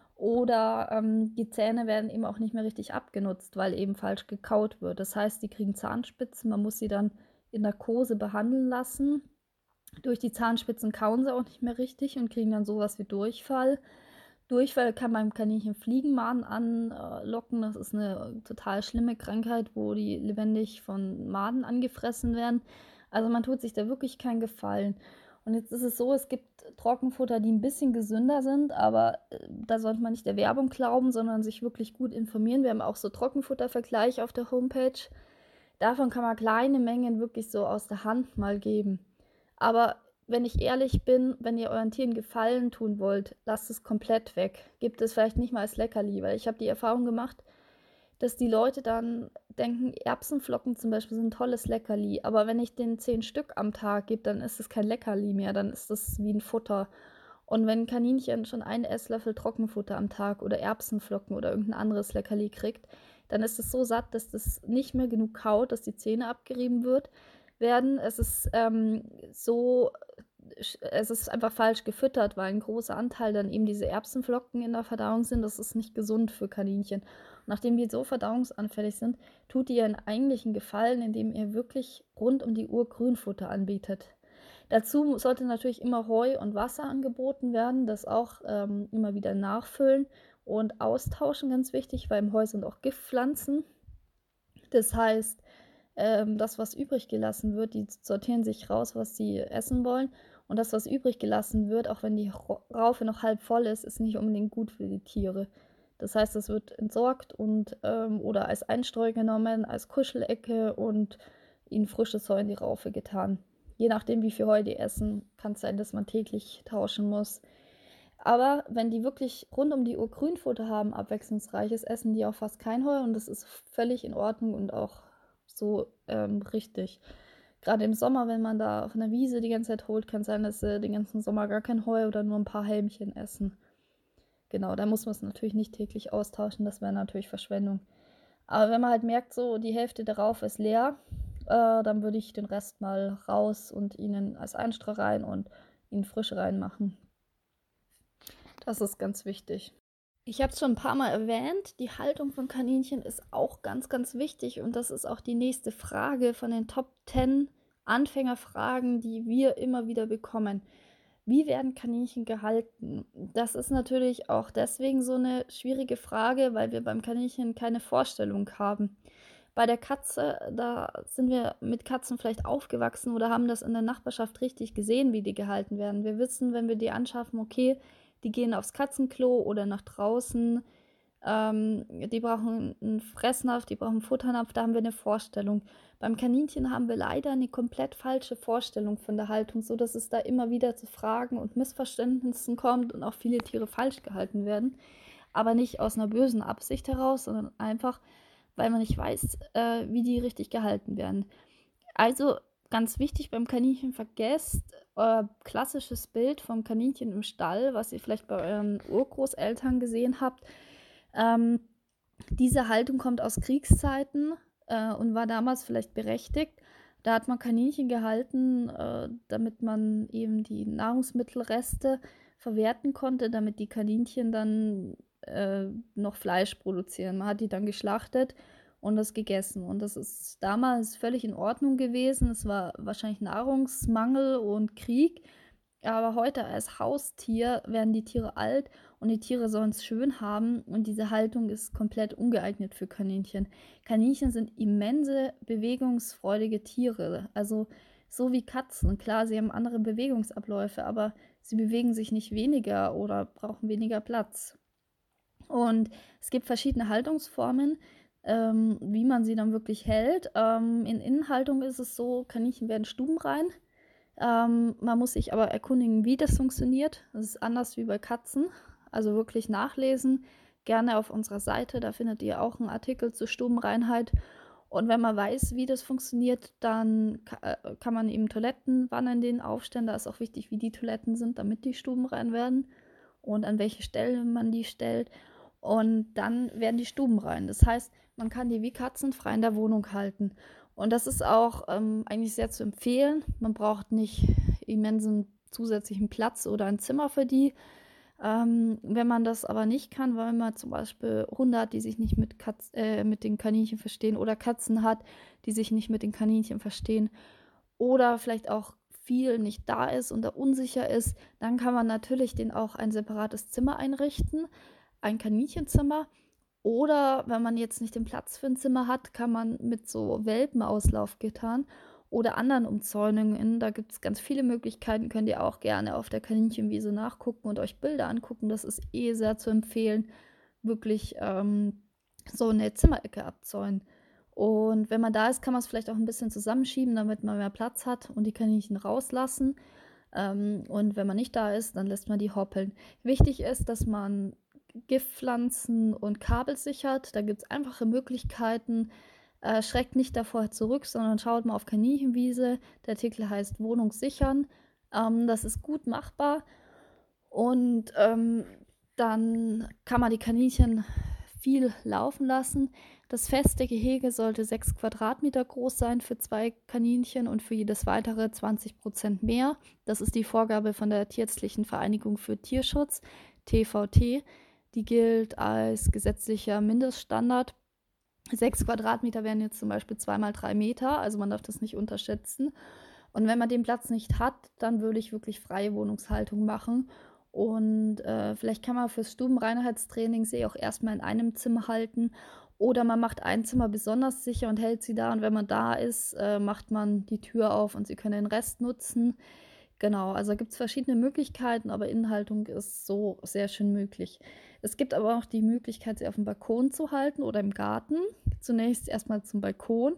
Oder ähm, die Zähne werden eben auch nicht mehr richtig abgenutzt, weil eben falsch gekaut wird. Das heißt, die kriegen Zahnspitzen, man muss sie dann in Narkose behandeln lassen. Durch die Zahnspitzen kauen sie auch nicht mehr richtig und kriegen dann sowas wie Durchfall. Durchfall kann beim Kaninchen Fliegenmahn anlocken. Das ist eine total schlimme Krankheit, wo die lebendig von Maden angefressen werden. Also man tut sich da wirklich keinen Gefallen. Und jetzt ist es so, es gibt Trockenfutter, die ein bisschen gesünder sind, aber äh, da sollte man nicht der Werbung glauben, sondern sich wirklich gut informieren. Wir haben auch so Trockenfuttervergleich auf der Homepage. Davon kann man kleine Mengen wirklich so aus der Hand mal geben. Aber wenn ich ehrlich bin, wenn ihr euren Tieren Gefallen tun wollt, lasst es komplett weg. Gebt es vielleicht nicht mal als Leckerli, weil ich habe die Erfahrung gemacht, dass die Leute dann denken, Erbsenflocken zum Beispiel sind ein tolles Leckerli, aber wenn ich denen zehn Stück am Tag gebe, dann ist es kein Leckerli mehr, dann ist das wie ein Futter. Und wenn ein Kaninchen schon einen Esslöffel Trockenfutter am Tag oder Erbsenflocken oder irgendein anderes Leckerli kriegt, dann ist es so satt, dass das nicht mehr genug kaut, dass die Zähne abgerieben wird, werden. Es ist ähm, so sch es ist einfach falsch gefüttert, weil ein großer Anteil dann eben diese Erbsenflocken in der Verdauung sind. Das ist nicht gesund für Kaninchen. Nachdem die so verdauungsanfällig sind, tut ihr 'n eigentlich 'n Gefallen, indem ihr wirklich rund um die Uhr Grünfutter anbietet. Dazu mu sollte natürlich immer Heu und Wasser angeboten werden, das auch, ähm, immer wieder nachfüllen und austauschen, ganz wichtig, weil im Heu sind auch Giftpflanzen. Das heißt, ähm, das, was übrig gelassen wird, die sortieren sich raus, was sie essen wollen. Und das, was übrig gelassen wird, auch wenn die Ro Raufe noch halb voll ist, ist nicht unbedingt gut für die Tiere. Das heißt, es wird entsorgt und, ähm oder als Einstreu genommen, als Kuschelecke und in frisches Heu in die Raufe getan. Je nachdem, wie viel Heu die essen, kann's sein, dass man täglich tauschen muss. Aber wenn die wirklich rund um die Uhr Grünfutter haben, abwechslungsreiches, essen die auch fast kein Heu und das ist völlig in Ordnung und auch so, ähm, richtig. Grade im Sommer, wenn man da von der Wiese die ganze Zeit holt, kann's sein, dass sie den ganzen Sommer gar kein Heu oder nur 'n paar Helmchen essen. Genau, da muss man's natürlich nicht täglich austauschen, das wäre natürlich Verschwendung. Aber wenn man halt merkt, so die Hälfte der Raufe ist leer, äh, dann würde ich den Rest mal raus und ihnen als Einstreu rein und ihnen Frische reinmachen. Das ist ganz wichtig. Ich habe es schon 'n paar Mal erwähnt, die Haltung von Kaninchen ist auch ganz, ganz wichtig und das ist auch die nächste Frage von den Top zehn Anfängerfragen, die wir immer wieder bekommen. Wie werden Kaninchen gehalten? Das ist natürlich auch deswegen so 'ne schwierige Frage, weil wir beim Kaninchen keine Vorstellung haben. Bei der Katze, da sind wir mit Katzen vielleicht aufgewachsen oder haben das in der Nachbarschaft richtig gesehen, wie die gehalten werden. Wir wissen, wenn wir die anschaffen, okay, die gehen aufs Katzenklo oder nach draußen, ähm, die brauchen 'n Fressnapf, die brauchen 'n Futternapf, da haben wir 'ne Vorstellung. Beim Kaninchen haben wir leider 'ne komplett falsche Vorstellung von der Haltung, sodass es da immer wieder zu Fragen und Missverständnissen kommt und auch viele Tiere falsch gehalten werden. Aber nicht aus 'ner bösen Absicht heraus, sondern einfach, weil man nicht weiß, äh, wie die richtig gehalten werden. Also, ganz wichtig beim Kaninchen, vergesst euer klassisches Bild vom Kaninchen im Stall, was ihr vielleicht bei euren Urgroßeltern gesehen habt. Ähm, diese Haltung kommt aus Kriegszeiten, äh, und war damals vielleicht berechtigt. Da hat man Kaninchen gehalten, äh, damit man eben die Nahrungsmittelreste verwerten konnte, damit die Kaninchen dann, äh, noch Fleisch produzieren. Man hat die dann geschlachtet und das gegessen. Und das ist damals völlig in Ordnung gewesen. Es war wahrscheinlich Nahrungsmangel und Krieg, aber heute als Haustier werden die Tiere alt und die Tiere sollen's schön haben und diese Haltung ist komplett ungeeignet für Kaninchen. Kaninchen sind immense bewegungsfreudige Tiere, also so wie Katzen. Klar, sie haben andere Bewegungsabläufe, aber sie bewegen sich nicht weniger oder brauchen weniger Platz. Und es gibt verschiedene Haltungsformen, ähm, wie man sie dann wirklich hält. Ähm, in Innenhaltung ist es so, Kaninchen werden stubenrein. Ähm, man muss sich aber erkundigen, wie das funktioniert. Das ist anders wie bei Katzen. Also wirklich nachlesen, gerne auf unserer Seite, da findet ihr auch 'n Artikel zur Stubenreinheit. Und wenn man weiß, wie das funktioniert, dann ka äh, kann man eben Toilettenwannen denen aufstellen. Da ist auch wichtig, wie die Toiletten sind, damit die stubenrein werden und an welche Stelle man die stellt. Und dann werden die stubenrein. Das heißt, man kann die wie Katzen frei in der Wohnung halten. Und das ist auch, ähm, eigentlich sehr zu empfehlen. Man braucht nicht immensen zusätzlichen Platz oder ein Zimmer für die. Ähm, wenn man das aber nicht kann, weil man zum Beispiel Hunde hat, die sich nicht mit Katz äh, mit den Kaninchen verstehen oder Katzen hat, die sich nicht mit den Kaninchen verstehen oder vielleicht auch viel nicht da ist und da unsicher ist, dann kann man natürlich denen auch ein separates Zimmer einrichten, ein Kaninchenzimmer. Oder wenn man jetzt nicht den Platz für 'n Zimmer hat, kann man mit so Welpenauslaufgittern oder anderen Umzäunungen da gibt's ganz viele Möglichkeiten, könnt ihr auch gerne auf der Kaninchenwiese nachgucken und euch Bilder angucken. Das ist eh sehr zu empfehlen, wirklich, ähm, so 'ne Zimmerecke abzäunen. Und wenn man da ist, kann man's vielleicht auch 'n bisschen zusammenschieben, damit man mehr Platz hat und die Kaninchen rauslassen. Ähm, und wenn man nicht da ist, dann lässt man die hoppeln. Wichtig ist, dass man Giftpflanzen und Kabel sichert. Da gibt's einfache Möglichkeiten. Äh, schreckt nicht davor zurück, sondern schaut mal auf Kaninchenwiese. Der Artikel heißt „Wohnung sichern“. Ähm, das ist gut machbar. Und, ähm, dann kann man die Kaninchen viel laufen lassen. Das feste Gehege sollte sechs Quadratmeter groß sein für zwei Kaninchen und für jedes weitere zwanzig Prozent mehr. Das ist die Vorgabe von der Tierärztlichen Vereinigung für Tierschutz, T V T. Die gilt als gesetzlicher Mindeststandard. Sechs Quadratmeter wären jetzt zum Beispiel zwei mal drei Meter, also man darf das nicht unterschätzen. Und wenn man den Platz nicht hat, dann würde ich wirklich freie Wohnungshaltung machen. Und äh, vielleicht kann man fürs Stubenreinheitstraining sie auch erstmal in einem Zimmer halten. Oder man macht ein Zimmer besonders sicher und hält sie da. Und wenn man da ist, äh, macht man die Tür auf und sie können den Rest nutzen. Genau, also gibt es verschiedene Möglichkeiten, aber Innenhaltung ist so sehr schön möglich. Es gibt aber auch die Möglichkeit, sie auf dem Balkon zu halten oder im Garten. Zunächst erstmal zum Balkon.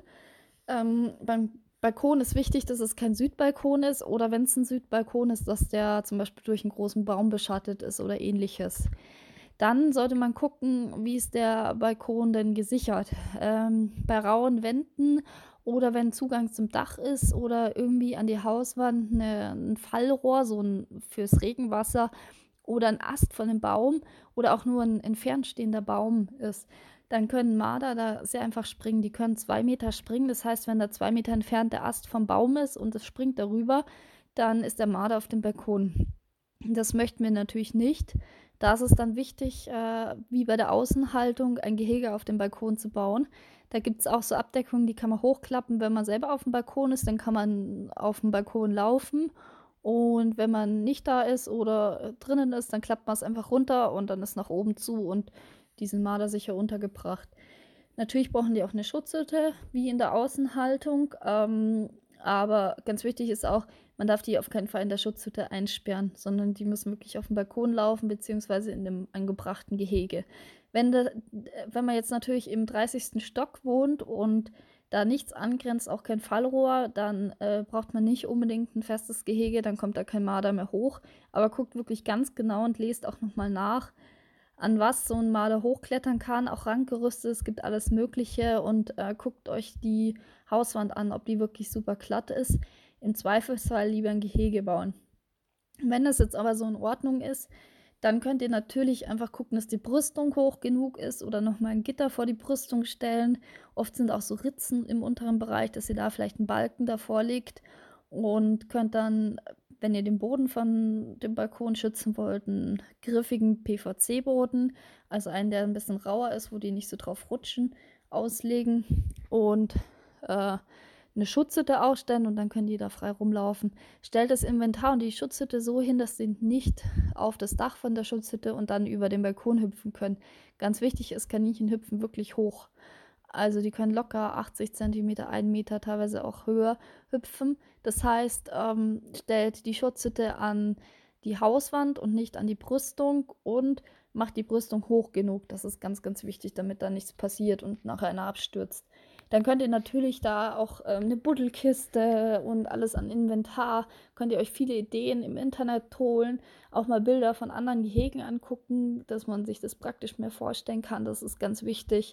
Ähm, beim Balkon ist wichtig, dass es kein Südbalkon ist oder wenn es ein Südbalkon ist, dass der zum Beispiel durch einen großen Baum beschattet ist oder ähnliches. Dann sollte man gucken, wie ist der Balkon denn gesichert. Ähm, bei rauen Wänden oder wenn Zugang zum Dach ist oder irgendwie an die Hauswand eine, ein Fallrohr, so ein fürs Regenwasser oder ein Ast von einem Baum oder auch nur ein entfernt stehender Baum ist, dann können Marder da sehr einfach springen. Die können zwei Meter springen. Das heißt, wenn da zwei Meter entfernt der Ast vom Baum ist und es springt darüber, dann ist der Marder auf dem Balkon. Das möchten wir natürlich nicht. Da ist es dann wichtig, äh, wie bei der Außenhaltung, ein Gehege auf dem Balkon zu bauen. Da gibt es auch so Abdeckungen, die kann man hochklappen. Wenn man selber auf dem Balkon ist, dann kann man auf dem Balkon laufen. Und wenn man nicht da ist oder äh, drinnen ist, dann klappt man es einfach runter und dann ist nach oben zu und die sind Marder sicher untergebracht. Natürlich brauchen die auch eine Schutzhütte, wie in der Außenhaltung. Ähm, aber ganz wichtig ist auch, man darf die auf keinen Fall in der Schutzhütte einsperren, sondern die müssen wirklich auf dem Balkon laufen, beziehungsweise in dem angebrachten Gehege. Wenn, de, wenn man jetzt natürlich im dreißigsten Stock wohnt und da nichts angrenzt, auch kein Fallrohr, dann äh, braucht man nicht unbedingt ein festes Gehege, dann kommt da kein Marder mehr hoch. Aber guckt wirklich ganz genau und lest auch nochmal nach, an was so ein Marder hochklettern kann, auch Ranggerüste, es gibt alles Mögliche und äh, guckt euch die Hauswand an, ob die wirklich super glatt ist. Im Zweifelsfall lieber ein Gehege bauen. Wenn das jetzt aber so in Ordnung ist, dann könnt ihr natürlich einfach gucken, dass die Brüstung hoch genug ist oder nochmal ein Gitter vor die Brüstung stellen. Oft sind auch so Ritzen im unteren Bereich, dass ihr da vielleicht einen Balken davor legt und könnt dann, wenn ihr den Boden von dem Balkon schützen wollt, einen griffigen P V C-Boden, also einen, der ein bisschen rauer ist, wo die nicht so drauf rutschen, auslegen und äh, eine Schutzhütte aufstellen und dann können die da frei rumlaufen. Stellt das Inventar und die Schutzhütte so hin, dass sie nicht auf das Dach von der Schutzhütte und dann über den Balkon hüpfen können. Ganz wichtig ist, Kaninchen hüpfen wirklich hoch. Also die können locker achtzig Zentimeter, einen Meter, teilweise auch höher hüpfen. Das heißt, ähm, stellt die Schutzhütte an die Hauswand und nicht an die Brüstung und macht die Brüstung hoch genug. Das ist ganz, ganz wichtig, damit da nichts passiert und nachher einer abstürzt. Dann könnt ihr natürlich da auch ähm, eine Buddelkiste und alles an Inventar, könnt ihr euch viele Ideen im Internet holen, auch mal Bilder von anderen Gehegen angucken, dass man sich das praktisch mehr vorstellen kann. Das ist ganz wichtig.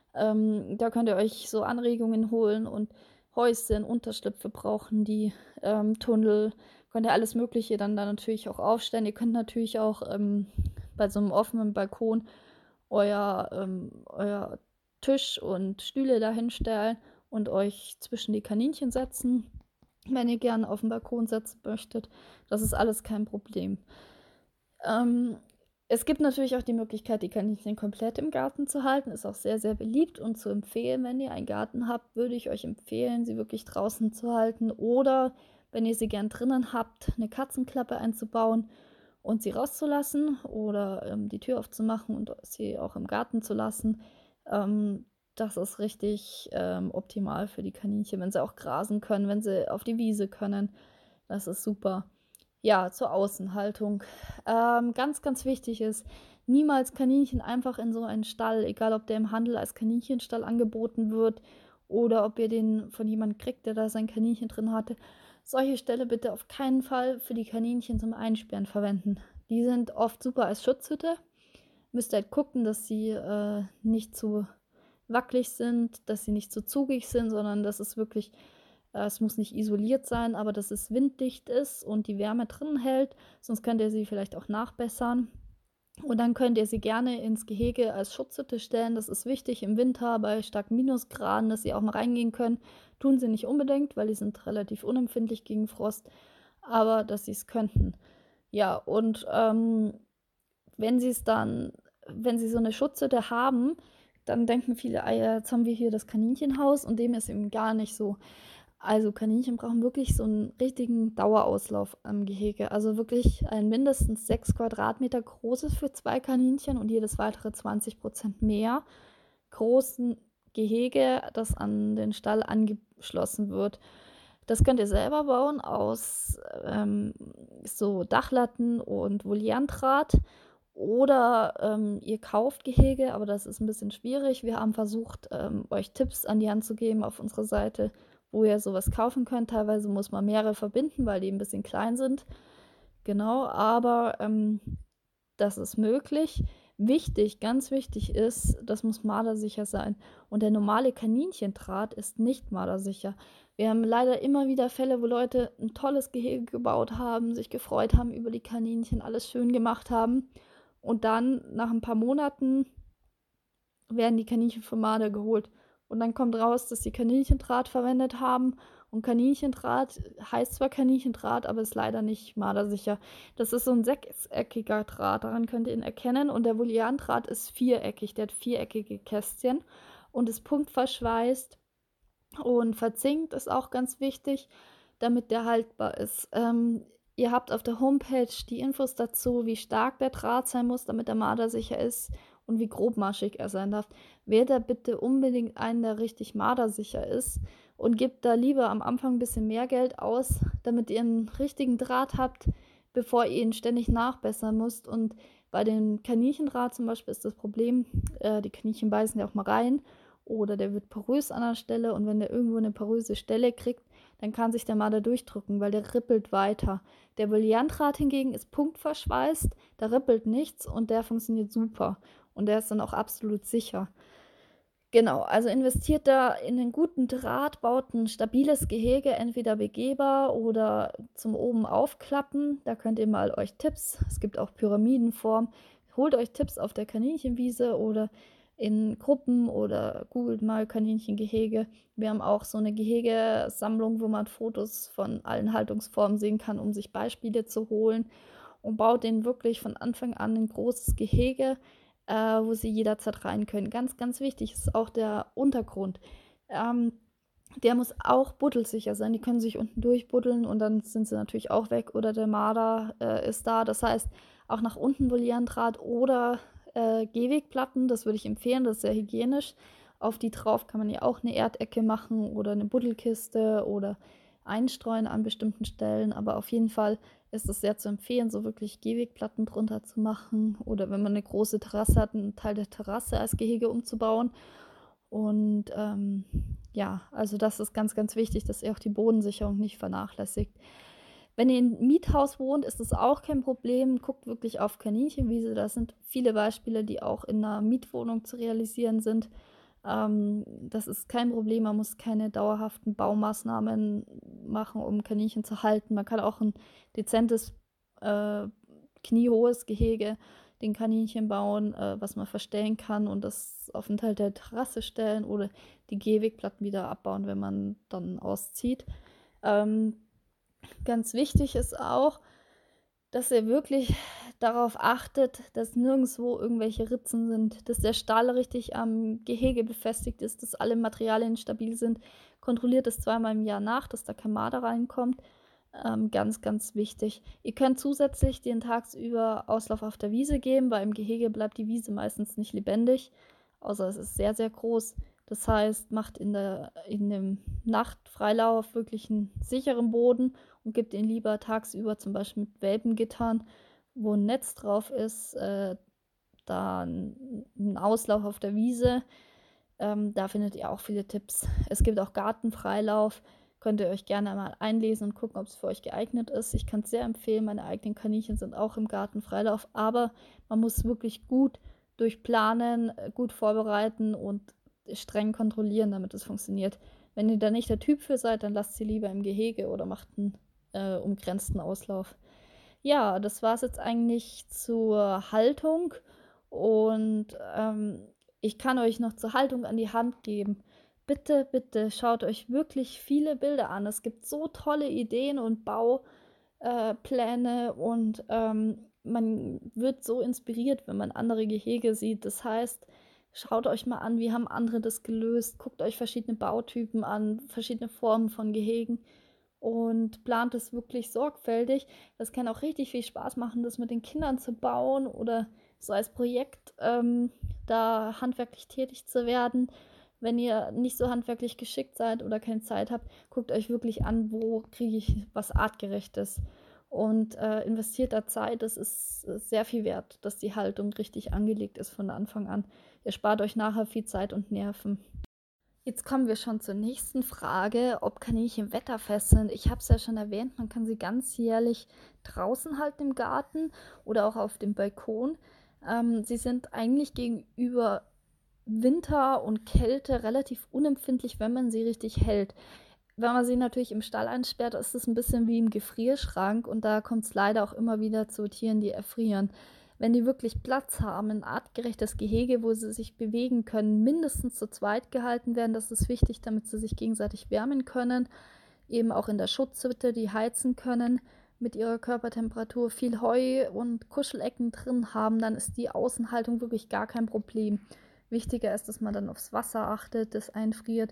Ähm, da könnt ihr euch so Anregungen holen und Häuschen, Unterschlüpfe brauchen die, ähm, Tunnel, könnt ihr alles Mögliche dann da natürlich auch aufstellen. Ihr könnt natürlich auch ähm, bei so einem offenen Balkon euer, ähm, euer Tisch und Stühle dahinstellen und euch zwischen die Kaninchen setzen, wenn ihr gerne auf dem Balkon sitzen möchtet. Das ist alles kein Problem. Ähm, es gibt natürlich auch die Möglichkeit, die Kaninchen komplett im Garten zu halten. Ist auch sehr, sehr beliebt und zu empfehlen. Wenn ihr einen Garten habt, würde ich euch empfehlen, sie wirklich draußen zu halten. Oder wenn ihr sie gern drinnen habt, eine Katzenklappe einzubauen und sie rauszulassen oder ähm, die Tür aufzumachen und sie auch im Garten zu lassen. Ähm, das ist richtig ähm, optimal für die Kaninchen, wenn sie auch grasen können, wenn sie auf die Wiese können. Das ist super. Ja, zur Außenhaltung. Ähm, ganz, ganz wichtig ist, niemals Kaninchen einfach in so einen Stall, egal ob der im Handel als Kaninchenstall angeboten wird oder ob ihr den von jemandem kriegt, der da sein Kaninchen drin hatte. Solche Ställe bitte auf keinen Fall für die Kaninchen zum Einsperren verwenden. Die sind oft super als Schutzhütte. Müsst halt gucken, dass sie äh, nicht zu wackelig sind, dass sie nicht zu zugig sind, sondern dass es wirklich, äh, es muss nicht isoliert sein, aber dass es winddicht ist und die Wärme drin hält, sonst könnt ihr sie vielleicht auch nachbessern. Und dann könnt ihr sie gerne ins Gehege als Schutzhütte stellen. Das ist wichtig im Winter bei starken Minusgraden, dass sie auch mal reingehen können. Tun sie nicht unbedingt, weil die sind relativ unempfindlich gegen Frost, aber dass sie es könnten. Ja, und, ähm, wenn sie es dann wenn sie so eine Schutzhütte haben, dann denken viele: „Ah ja, jetzt haben wir hier das Kaninchenhaus“, und dem ist eben gar nicht so. Also, Kaninchen brauchen wirklich so einen richtigen Dauerauslauf am Gehege. Also, wirklich ein mindestens sechs Quadratmeter großes für zwei Kaninchen und jedes weitere zwanzig mehr großen Gehege, das an den Stall angeschlossen wird. Das könnt ihr selber bauen aus, ähm, so Dachlatten und Foliandraht oder, ähm, ihr kauft Gehege, aber das ist ein bisschen schwierig. Wir haben versucht, ähm, euch Tipps an die Hand zu geben auf unserer Seite, wo ihr sowas kaufen könnt. Teilweise muss man mehrere verbinden, weil die ein bisschen klein sind. Genau, aber, ähm, das ist möglich. Wichtig, ganz wichtig ist, das muss mardersicher sein. Und der normale Kaninchendraht ist nicht mardersicher. Wir haben leider immer wieder Fälle, wo Leute ein tolles Gehege gebaut haben, sich gefreut haben über die Kaninchen, alles schön gemacht haben. Und dann nach ein paar Monaten werden die Kaninchen vom Marder geholt. Und dann kommt raus, dass sie Kaninchendraht verwendet haben. Und Kaninchendraht heißt zwar Kaninchendraht, aber ist leider nicht mardersicher. Das ist so ein sechseckiger Draht, daran könnt ihr ihn erkennen. Und der Foliandraht ist viereckig, der hat viereckige Kästchen und ist punktverschweißt und verzinkt, ist auch ganz wichtig, damit der haltbar ist. Ähm, ihr habt auf der Homepage die Infos dazu, wie stark der Draht sein muss, damit er mardersicher ist und wie grobmaschig er sein darf. Wählt da bitte unbedingt einen, der richtig mardersicher ist, und gebt da lieber am Anfang ein bisschen mehr Geld aus, damit ihr einen richtigen Draht habt, bevor ihr ihn ständig nachbessern müsst. Und bei dem Kaninchendraht zum Beispiel ist das Problem, äh, die Kaninchen beißen ja auch mal rein oder der wird porös an der Stelle, und wenn der irgendwo eine poröse Stelle kriegt, dann kann sich der Marder durchdrücken, weil der rippelt weiter. Der Foliandraht hingegen ist punktverschweißt, da rippelt nichts und der funktioniert super. Und der ist dann auch absolut sicher. Genau, also investiert da in einen guten Draht, baut ein stabiles Gehege, entweder begehbar oder zum oben aufklappen. Da könnt ihr mal euch Tipps, es gibt auch Pyramidenform, holt euch Tipps auf der Kaninchenwiese oder in Gruppen oder googelt mal Kaninchengehege. Wir haben auch so eine Gehegesammlung, wo man Fotos von allen Haltungsformen sehen kann, um sich Beispiele zu holen, und baut den wirklich von Anfang an ein großes Gehege, äh, wo sie jederzeit rein können. Ganz, ganz wichtig ist auch der Untergrund. Ähm, der muss auch buddelsicher sein. Die können sich unten durchbuddeln und dann sind sie natürlich auch weg oder der Marder äh, ist da. Das heißt, auch nach unten Foliandraht oder äh, Gehwegplatten, das würde ich empfehlen, das ist sehr hygienisch. Auf die drauf kann man ja auch eine Erdecke machen oder eine Buddelkiste oder einstreuen an bestimmten Stellen. Aber auf jeden Fall ist es sehr zu empfehlen, so wirklich Gehwegplatten drunter zu machen oder wenn man eine große Terrasse hat, einen Teil der Terrasse als Gehege umzubauen. Und ähm, ja, also das ist ganz, ganz wichtig, dass ihr auch die Bodensicherung nicht vernachlässigt. Wenn ihr in 'nem Miethaus wohnt, ist das auch kein Problem. Guckt wirklich auf Kaninchenwiese. Da sind viele Beispiele, die auch in einer Mietwohnung zu realisieren sind. Ähm, das ist kein Problem. Man muss keine dauerhaften Baumaßnahmen machen, um Kaninchen zu halten. Man kann auch ein dezentes, äh, kniehohes Gehege den Kaninchen bauen, äh, was man verstellen kann und das auf 'n Teil der Terrasse stellen oder die Gehwegplatten wieder abbauen, wenn man dann auszieht. Ähm, Ganz wichtig ist auch, dass ihr wirklich darauf achtet, dass nirgendswo irgendwelche Ritzen sind, dass der Stall richtig am Gehege befestigt ist, dass alle Materialien stabil sind. Kontrolliert es zweimal im Jahr nach, dass da kein Marder reinkommt. Ähm, ganz, ganz wichtig. Ihr könnt zusätzlich den tagsüber Auslauf auf der Wiese geben, weil im Gehege bleibt die Wiese meistens nicht lebendig, außer es ist sehr, sehr groß. Das heißt, macht in der in dem Nachtfreilauf wirklich einen sicheren Boden und gebt ihn lieber tagsüber zum Beispiel mit Welpengittern, wo ein Netz drauf ist, äh, da 'n 'n Auslauf auf der Wiese. Ähm, da findet ihr auch viele Tipps. Es gibt auch Gartenfreilauf. Könnt ihr euch gerne mal einlesen und gucken, ob es für euch geeignet ist. Ich kann es sehr empfehlen. Meine eigenen Kaninchen sind auch im Gartenfreilauf, aber man muss wirklich gut durchplanen, äh, gut vorbereiten und streng kontrollieren, damit es funktioniert. Wenn ihr da nicht der Typ für seid, dann lasst sie lieber im Gehege oder macht einen äh, umgrenzten Auslauf. Ja, das war es jetzt eigentlich zur Haltung und, ähm, ich kann euch noch zur Haltung an die Hand geben. Bitte, bitte schaut euch wirklich viele Bilder an. Es gibt so tolle Ideen und Bau äh, Pläne und, ähm, man wird so inspiriert, wenn man andere Gehege sieht. Das heißt, schaut euch mal an, wie haben andere das gelöst. Guckt euch verschiedene Bautypen an, verschiedene Formen von Gehegen und plant es wirklich sorgfältig. Das kann auch richtig viel Spaß machen, das mit den Kindern zu bauen oder so als Projekt, ähm, da handwerklich tätig zu werden. Wenn ihr nicht so handwerklich geschickt seid oder keine Zeit habt, guckt euch wirklich an, wo kriege ich was Artgerechtes und, äh, investiert da Zeit. Das ist äh, sehr viel wert, dass die Haltung richtig angelegt ist von Anfang an. Ihr spart euch nachher viel Zeit und Nerven. Jetzt kommen wir schon zur nächsten Frage, ob Kaninchen wetterfest sind. Ich habe es ja schon erwähnt, man kann sie ganzjährlich draußen halten im Garten oder auch auf dem Balkon. Ähm, sie sind eigentlich gegenüber Winter und Kälte relativ unempfindlich, wenn man sie richtig hält. Wenn man sie natürlich im Stall einsperrt, ist es ein bisschen wie im Gefrierschrank und da kommt es leider auch immer wieder zu Tieren, die erfrieren. Wenn die wirklich Platz haben, ein artgerechtes Gehege, wo sie sich bewegen können, mindestens zu zweit gehalten werden, das ist wichtig, damit sie sich gegenseitig wärmen können, eben auch in der Schutzhütte, die heizen können mit ihrer Körpertemperatur, viel Heu und Kuschelecken drin haben, dann ist die Außenhaltung wirklich gar kein Problem. Wichtiger ist, dass man dann aufs Wasser achtet, das einfriert.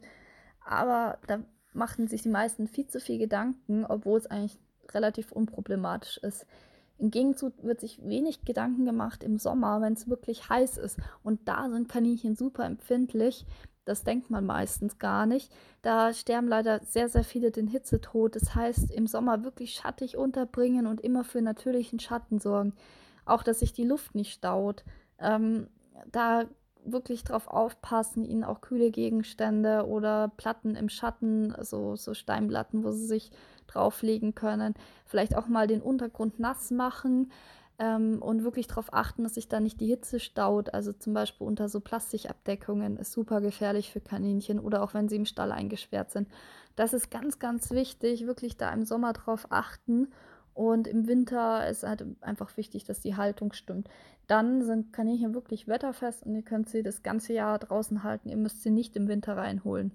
Aber da machten sich die meisten viel zu viel Gedanken, obwohl es eigentlich relativ unproblematisch ist. Im Gegenzug wird sich wenig Gedanken gemacht im Sommer, wenn es wirklich heiß ist. Und da sind Kaninchen super empfindlich. Das denkt man meistens gar nicht. Da sterben leider sehr, sehr viele den Hitzetod. Das heißt, im Sommer wirklich schattig unterbringen und immer für natürlichen Schatten sorgen. Auch, dass sich die Luft nicht staut. Ähm, da wirklich drauf aufpassen, ihnen auch kühle Gegenstände oder Platten im Schatten, so, so Steinplatten, wo sie sich drauflegen können. Vielleicht auch mal den Untergrund nass machen ähm, und wirklich darauf achten, dass sich da nicht die Hitze staut. Also zum Beispiel unter so Plastikabdeckungen ist super gefährlich für Kaninchen oder auch wenn sie im Stall eingesperrt sind. Das ist ganz, ganz wichtig, wirklich da im Sommer drauf achten. Und im Winter ist halt einfach wichtig, dass die Haltung stimmt. Dann sind Kaninchen wirklich wetterfest und ihr könnt sie das ganze Jahr draußen halten. Ihr müsst sie nicht im Winter reinholen.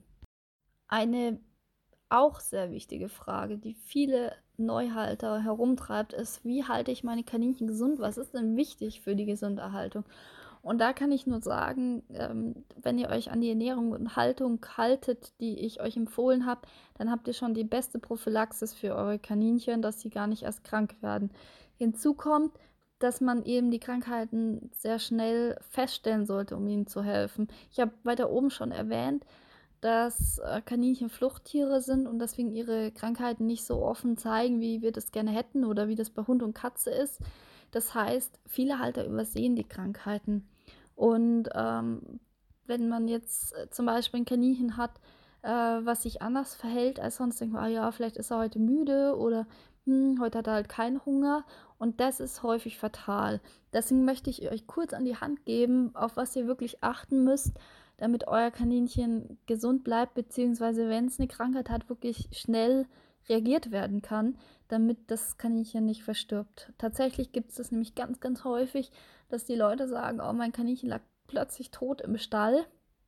Eine auch sehr wichtige Frage, die viele Neuhalter herumtreibt, ist, wie halte ich meine Kaninchen gesund? Was ist denn wichtig für die Gesunderhaltung? Und da kann ich nur sagen, ähm, wenn ihr euch an die Ernährung und Haltung haltet, die ich euch empfohlen habe, dann habt ihr schon die beste Prophylaxis für eure Kaninchen, dass sie gar nicht erst krank werden. Hinzu kommt, dass man eben die Krankheiten sehr schnell feststellen sollte, um ihnen zu helfen. Ich habe weiter oben schon erwähnt, dass äh, Kaninchen Fluchttiere sind und deswegen ihre Krankheiten nicht so offen zeigen, wie wir das gerne hätten oder wie das bei Hund und Katze ist. Das heißt, viele Halter übersehen die Krankheiten. Und ähm, wenn man jetzt äh, zum Beispiel ein Kaninchen hat, äh, was sich anders verhält als sonst, denkt man, ah ja, vielleicht ist er heute müde oder hm, heute hat er halt keinen Hunger. Und das ist häufig fatal. Deswegen möchte ich euch kurz an die Hand geben, auf was ihr wirklich achten müsst, damit euer Kaninchen gesund bleibt, beziehungsweise wenn es eine Krankheit hat, wirklich schnell reagiert werden kann, damit das Kaninchen nicht verstirbt. Tatsächlich gibt es das nämlich ganz, ganz häufig, dass die Leute sagen, oh, mein Kaninchen lag plötzlich tot im Stall,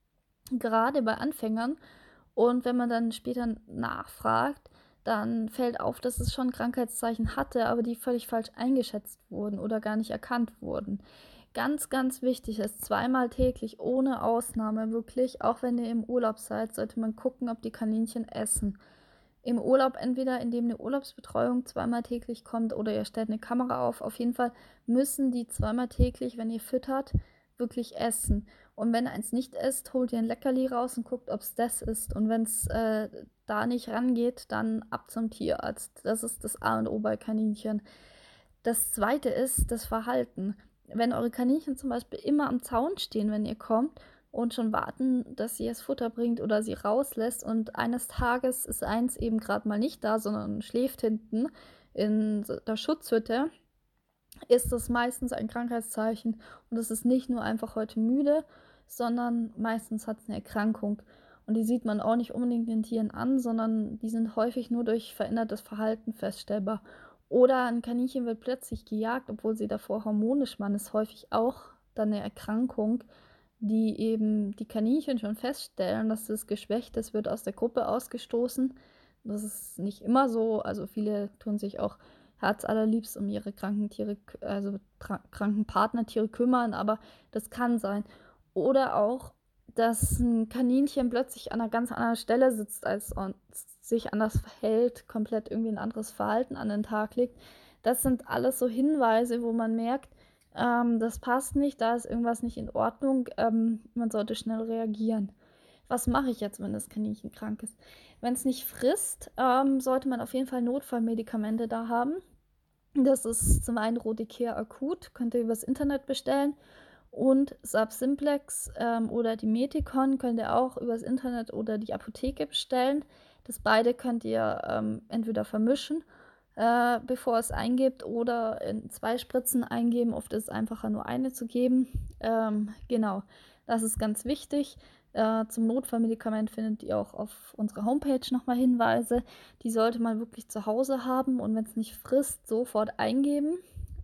gerade bei Anfängern. Und wenn man dann später nachfragt, dann fällt auf, dass es schon Krankheitszeichen hatte, aber die völlig falsch eingeschätzt wurden oder gar nicht erkannt wurden. Ganz, ganz wichtig ist, zweimal täglich, ohne Ausnahme, wirklich, auch wenn ihr im Urlaub seid, sollte man gucken, ob die Kaninchen essen. Im Urlaub entweder, indem eine Urlaubsbetreuung zweimal täglich kommt oder ihr stellt eine Kamera auf. Auf jeden Fall müssen die zweimal täglich, wenn ihr füttert, wirklich essen. Und wenn eins nicht isst, holt ihr ein Leckerli raus und guckt, ob es das ist. Und wenn es äh, da nicht rangeht, dann ab zum Tierarzt. Das ist das A und O bei Kaninchen. Das zweite ist das Verhalten. Wenn eure Kaninchen zum Beispiel immer am Zaun stehen, wenn ihr kommt und schon warten, dass sie es Futter bringt oder sie rauslässt und eines Tages ist eins eben gerade mal nicht da, sondern schläft hinten in der Schutzhütte, ist das meistens ein Krankheitszeichen und es ist nicht nur einfach heute müde, sondern meistens hat es eine Erkrankung. Und die sieht man auch nicht unbedingt den Tieren an, sondern die sind häufig nur durch verändertes Verhalten feststellbar. Oder ein Kaninchen wird plötzlich gejagt, obwohl sie davor hormonisch waren, ist häufig auch dann 'ne Erkrankung, die eben die Kaninchen schon feststellen, dass das geschwächt ist, wird aus der Gruppe ausgestoßen. Das ist nicht immer so, also viele tun sich auch herzallerliebst um ihre kranken Tiere k also tra kranken Partnertiere kümmern, aber das kann sein. Oder auch, dass 'n Kaninchen plötzlich an 'ner ganz anderen Stelle sitzt als sonst, sich anders verhält, komplett irgendwie 'n anderes Verhalten an den Tag legt. Das sind alles so Hinweise, wo man merkt, ähm, das passt nicht, da ist irgendwas nicht in Ordnung, ähm, man sollte schnell reagieren. Was mache ich jetzt, wenn das Kaninchen krank ist? Wenn's nicht frisst, ähm, sollte man auf jeden Fall Notfallmedikamente da haben. Das ist zum einen Rodicare Akut, könnt ihr übers Internet bestellen, und Sub-Simplex, ähm, oder Dimeticon könnt ihr auch übers Internet oder die Apotheke bestellen. Das beide könnt ihr, ähm, entweder vermischen, äh, bevor ihr's eingebt, oder in zwei Spritzen eingeben. Oft ist es einfacher, nur eine zu geben. Ähm, genau, das ist ganz wichtig. Äh, zum Notfallmedikament findet ihr auch auf unserer Homepage noch mal Hinweise. Die sollte man wirklich zu Hause haben und wenn's nicht frisst, sofort eingeben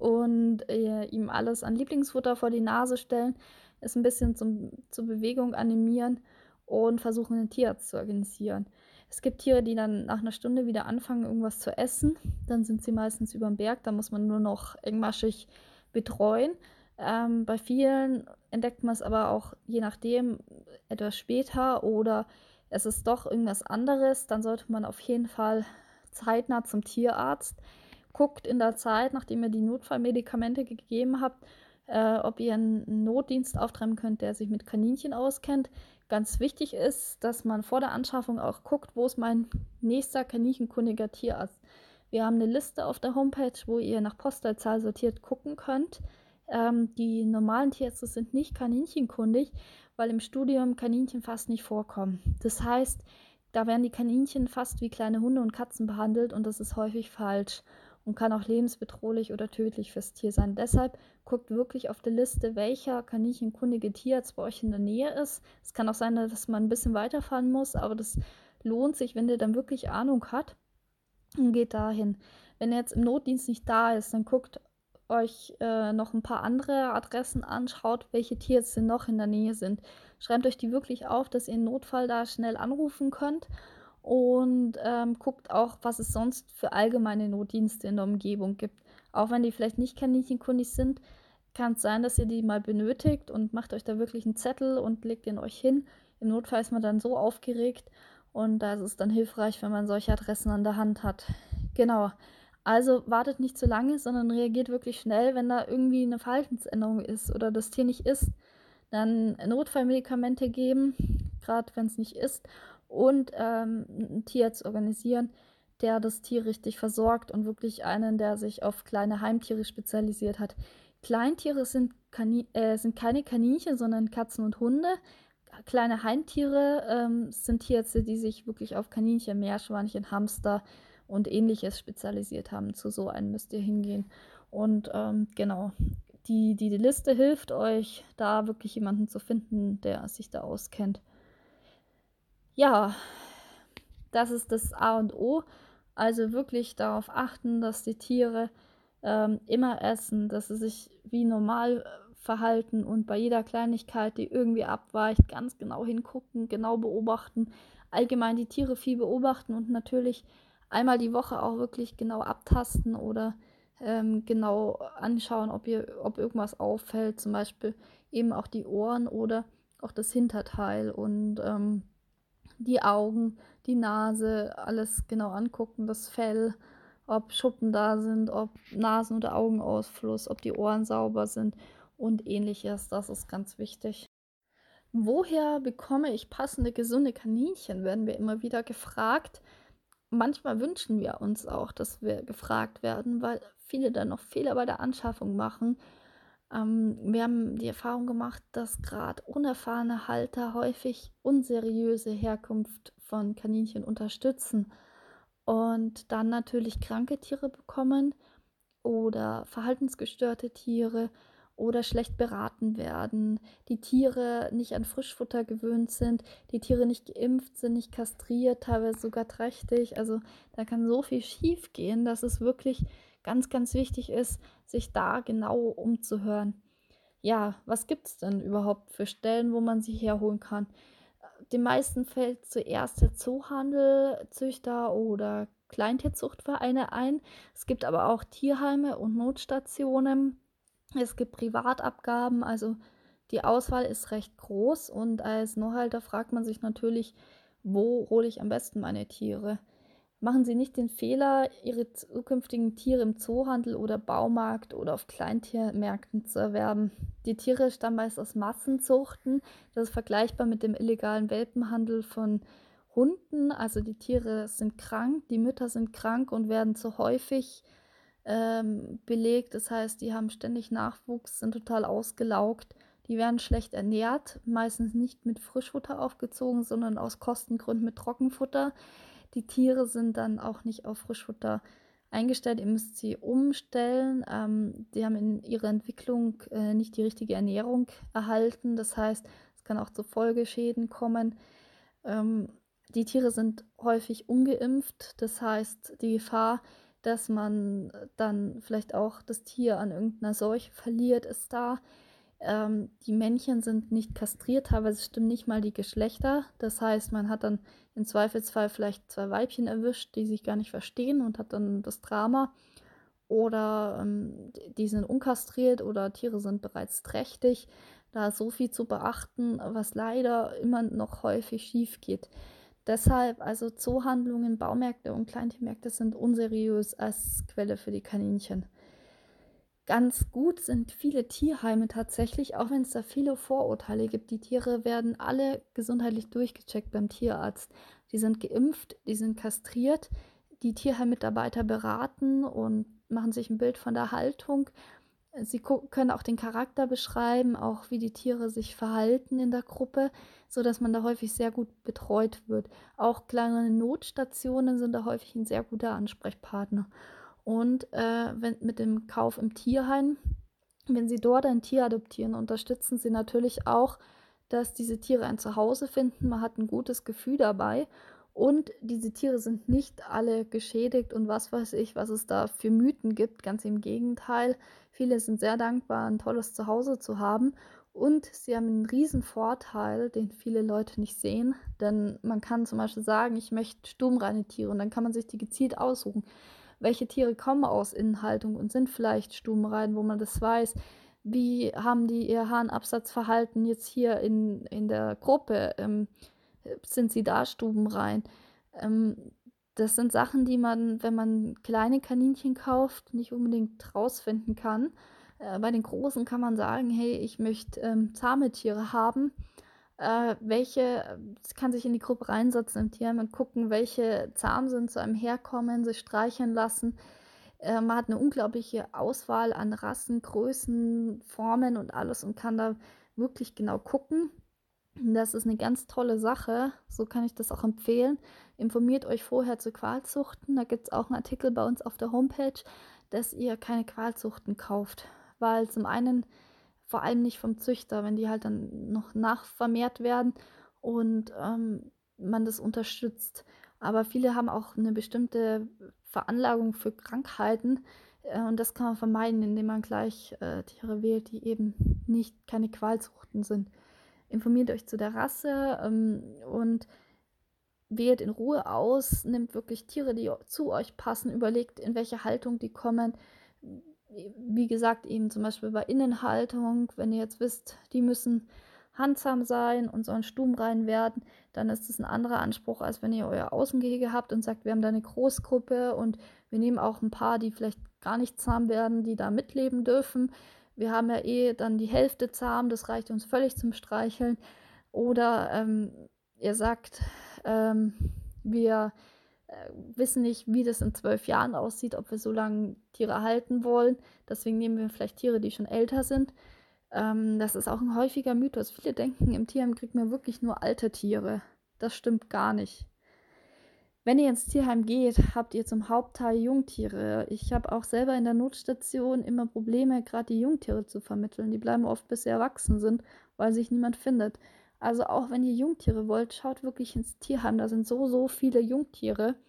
und, äh, ihm alles an Lieblingsfutter vor die Nase stellen, es 'n bisschen zum zur Bewegung animieren und versuchen, 'nen Tierarzt zu organisieren. Es gibt Tiere, die dann nach 'ner Stunde wieder anfangen, irgendwas zu essen. Dann sind sie meistens überm Berg, da muss man nur noch engmaschig betreuen. Ähm, bei vielen entdeckt man's aber auch, je nachdem, etwas später oder es ist doch irgendwas anderes, dann sollte man auf jeden Fall zeitnah zum Tierarzt. Guckt in der Zeit, nachdem ihr die Notfallmedikamente gegeben habt, äh, ob ihr 'n 'n Notdienst auftreiben könnt, der sich mit Kaninchen auskennt. Ganz wichtig ist, dass man vor der Anschaffung auch guckt: „Wo ist mein nächster kaninchenkundiger Tierarzt?“ Wir haben 'ne Liste auf der Homepage, wo ihr nach Postleitzahl sortiert gucken könnt. Ähm, die normalen Tierärzte sind nicht kaninchenkundig, weil im Studium Kaninchen fast nicht vorkommen. Das heißt, da werden die Kaninchen fast wie kleine Hunde und Katzen behandelt und das ist häufig falsch und kann auch lebensbedrohlich oder tödlich fürs Tier sein. Deshalb guckt wirklich auf der Liste, welcher kaninchenkundige Tierarzt bei euch in der Nähe ist. Es kann auch sein, dass man 'n bisschen weiterfahren muss, aber das lohnt sich, wenn der dann wirklich Ahnung hat, und geht dahin. Wenn er jetzt im Notdienst nicht da ist, dann guckt euch, äh, noch 'n paar andere Adressen an, schaut, welche Tierärzte noch in der Nähe sind. Schreibt euch die wirklich auf, dass ihr im Notfall da schnell anrufen könnt und, ähm, guckt auch, was es sonst für allgemeine Notdienste in der Umgebung gibt. Auch wenn die vielleicht nicht kaninchenkundig sind, kann's sein, dass ihr die mal benötigt und macht euch da wirklich 'n Zettel und legt den euch hin. Im Notfall ist man dann so aufgeregt und da ist es dann hilfreich, wenn man solche Adressen an der Hand hat. Genau. Also, wartet nicht zu lange, sondern reagiert wirklich schnell, wenn da irgendwie 'ne Verhaltensänderung ist oder das Tier nicht isst, dann Notfallmedikamente geben, grad wenn's nicht isst, und, ähm, 'n 'n Tierarzt organisieren, der das Tier richtig versorgt und wirklich einen, der sich auf kleine Heimtiere spezialisiert hat. Kleintiere sind Kani äh, sind keine Kaninchen, sondern Katzen und Hunde. Kleine Heimtiere, ähm, sind Tierärzte, die sich wirklich auf Kaninchen, Meerschweinchen, Hamster und Ähnliches spezialisiert haben. Zu so einem müsst ihr hingehen. Und, ähm, genau, die die Liste hilft euch, da wirklich jemanden zu finden, der sich da auskennt. Ja, das ist das A und O. Also wirklich darauf achten, dass die Tiere, ähm, immer essen, dass sie sich wie normal, äh, verhalten und bei jeder Kleinigkeit, die irgendwie abweicht, ganz genau hingucken, genau beobachten. Allgemein die Tiere viel beobachten und natürlich einmal die Woche auch wirklich genau abtasten oder, ähm, genau anschauen, ob ihr ob irgendwas auffällt, zum Beispiel eben auch die Ohren oder auch das Hinterteil und, ähm, die Augen, die Nase, alles genau angucken, das Fell, ob Schuppen da sind, ob Nasen oder Augenausfluss, ob die Ohren sauber sind und Ähnliches. Das ist ganz wichtig. Woher bekomme ich passende, gesunde Kaninchen, werden wir immer wieder gefragt. Manchmal wünschen wir uns auch, dass wir gefragt werden, weil viele dann noch Fehler bei der Anschaffung machen. Ähm, wir haben die Erfahrung gemacht, dass grad unerfahrene Halter häufig unseriöse Herkunft von Kaninchen unterstützen und dann natürlich kranke Tiere bekommen oder verhaltensgestörte Tiere oder schlecht beraten werden, die Tiere nicht an Frischfutter gewöhnt sind, die Tiere nicht geimpft sind, nicht kastriert, teilweise sogar trächtig. Also, da kann so viel schiefgehen, dass es wirklich ganz, ganz wichtig ist, sich da genau umzuhören. Ja, was gibt's denn überhaupt für Stellen, wo man sie herholen kann? Äh, den meisten fällt zuerst der Zoohandel, Züchter oder Kleintierzuchtvereine ein. Es gibt aber auch Tierheime und Notstationen. Es gibt Privatabgaben, also die Auswahl ist recht groß und als Nohalter fragt man sich natürlich, wo hole ich am besten meine Tiere? Machen Sie nicht den Fehler, Ihre zukünftigen Tiere im Zoohandel oder Baumarkt oder auf Kleintiermärkten zu erwerben. Die Tiere stammen meist aus Massenzuchten. Das ist vergleichbar mit dem illegalen Welpenhandel von Hunden. Also die Tiere sind krank, die Mütter sind krank und werden zu häufig ähm, belegt. Das heißt, die haben ständig Nachwuchs, sind total ausgelaugt. Die werden schlecht ernährt, meistens nicht mit Frischfutter aufgezogen, sondern aus Kostengründen mit Trockenfutter. Die Tiere sind dann auch nicht auf Frischfutter eingestellt. Ihr müsst sie umstellen. Ähm, die haben in ihrer Entwicklung äh, nicht die richtige Ernährung erhalten. Das heißt, es kann auch zu Folgeschäden kommen. Ähm, die Tiere sind häufig ungeimpft. Das heißt, die Gefahr, dass man dann vielleicht auch das Tier an irgendeiner Seuche verliert, ist da. Ähm, die Männchen sind nicht kastriert, teilweise stimmen nicht mal die Geschlechter. Das heißt, man hat dann im Zweifelsfall vielleicht zwei Weibchen erwischt, die sich gar nicht verstehen und hat dann das Drama. Oder ähm, die sind unkastriert oder Tiere sind bereits trächtig. Da ist so viel zu beachten, was leider immer noch häufig schief geht. Deshalb, also Zoohandlungen, Baumärkte und Kleintiermärkte sind unseriös als Quelle für die Kaninchen. Ganz gut sind viele Tierheime tatsächlich, auch wenn es da viele Vorurteile gibt. Die Tiere werden alle gesundheitlich durchgecheckt beim Tierarzt. Die sind geimpft, die sind kastriert. Die Tierheimmitarbeiter beraten und machen sich ein Bild von der Haltung. Sie können auch den Charakter beschreiben, auch wie die Tiere sich verhalten in der Gruppe, sodass man da häufig sehr gut betreut wird. Auch kleine Notstationen sind da häufig ein sehr guter Ansprechpartner. Und äh, wenn, mit dem Kauf im Tierheim, wenn Sie dort ein Tier adoptieren, unterstützen Sie natürlich auch, dass diese Tiere ein Zuhause finden. Man hat ein gutes Gefühl dabei. Und diese Tiere sind nicht alle geschädigt und was weiß ich, was es da für Mythen gibt. Ganz im Gegenteil. Viele sind sehr dankbar, ein tolles Zuhause zu haben. Und sie haben einen riesen Vorteil, den viele Leute nicht sehen. Denn man kann zum Beispiel sagen, ich möchte stubenreine Tiere und dann kann man sich die gezielt aussuchen. Welche Tiere kommen aus Innenhaltung und sind vielleicht stubenrein, wo man das weiß. Wie haben die ihr Harnabsatzverhalten jetzt hier in, in der Gruppe? Ähm, sind sie da stubenrein? Ähm, das sind Sachen, die man, wenn man kleine Kaninchen kauft, nicht unbedingt rausfinden kann. Äh, bei den Großen kann man sagen, hey, ich möchte ähm, zahme Tiere haben. Äh, welche, das kann sich in die Gruppe reinsetzen im Tier und gucken, welche zahm sind, zu einem herkommen, sich streicheln lassen. Äh, man hat eine unglaubliche Auswahl an Rassen, Größen, Formen und alles und kann da wirklich genau gucken. Das ist eine ganz tolle Sache. So kann ich das auch empfehlen. Informiert euch vorher zu Qualzuchten. Da gibt es auch einen Artikel bei uns auf der Homepage, dass ihr keine Qualzuchten kauft. Weil zum einen vor allem nicht vom Züchter, wenn die halt dann noch nachvermehrt werden und ähm, man das unterstützt. Aber viele haben auch eine bestimmte Veranlagung für Krankheiten äh, und das kann man vermeiden, indem man gleich äh, Tiere wählt, die eben nicht keine Qualzuchten sind. Informiert euch zu der Rasse ähm, und wählt in Ruhe aus, nimmt wirklich Tiere, die zu euch passen, überlegt, in welche Haltung die kommen. Wie gesagt, eben zum Beispiel bei Innenhaltung, wenn ihr jetzt wisst, die müssen handsam sein und sollen stubenrein werden, dann ist es ein anderer Anspruch, als wenn ihr euer Außengehege habt und sagt, wir haben da eine Großgruppe und wir nehmen auch ein paar, die vielleicht gar nicht zahm werden, die da mitleben dürfen. Wir haben ja eh dann die Hälfte zahm, das reicht uns völlig zum Streicheln. Oder ähm, ihr sagt, ähm, wir äh, wissen nicht, wie das in zwölf Jahren aussieht, ob wir so lange Tiere halten wollen. Deswegen nehmen wir vielleicht Tiere, die schon älter sind. Ähm, das ist auch ein häufiger Mythos. Viele denken, im Tierheim kriegt man wirklich nur alte Tiere. Das stimmt gar nicht. Wenn ihr ins Tierheim geht, habt ihr zum Hauptteil Jungtiere. Ich habe auch selber in der Notstation immer Probleme, gerade die Jungtiere zu vermitteln. Die bleiben oft, bis sie erwachsen sind, weil sich niemand findet. Also auch wenn ihr Jungtiere wollt, schaut wirklich ins Tierheim. Da sind so, so viele Jungtiere.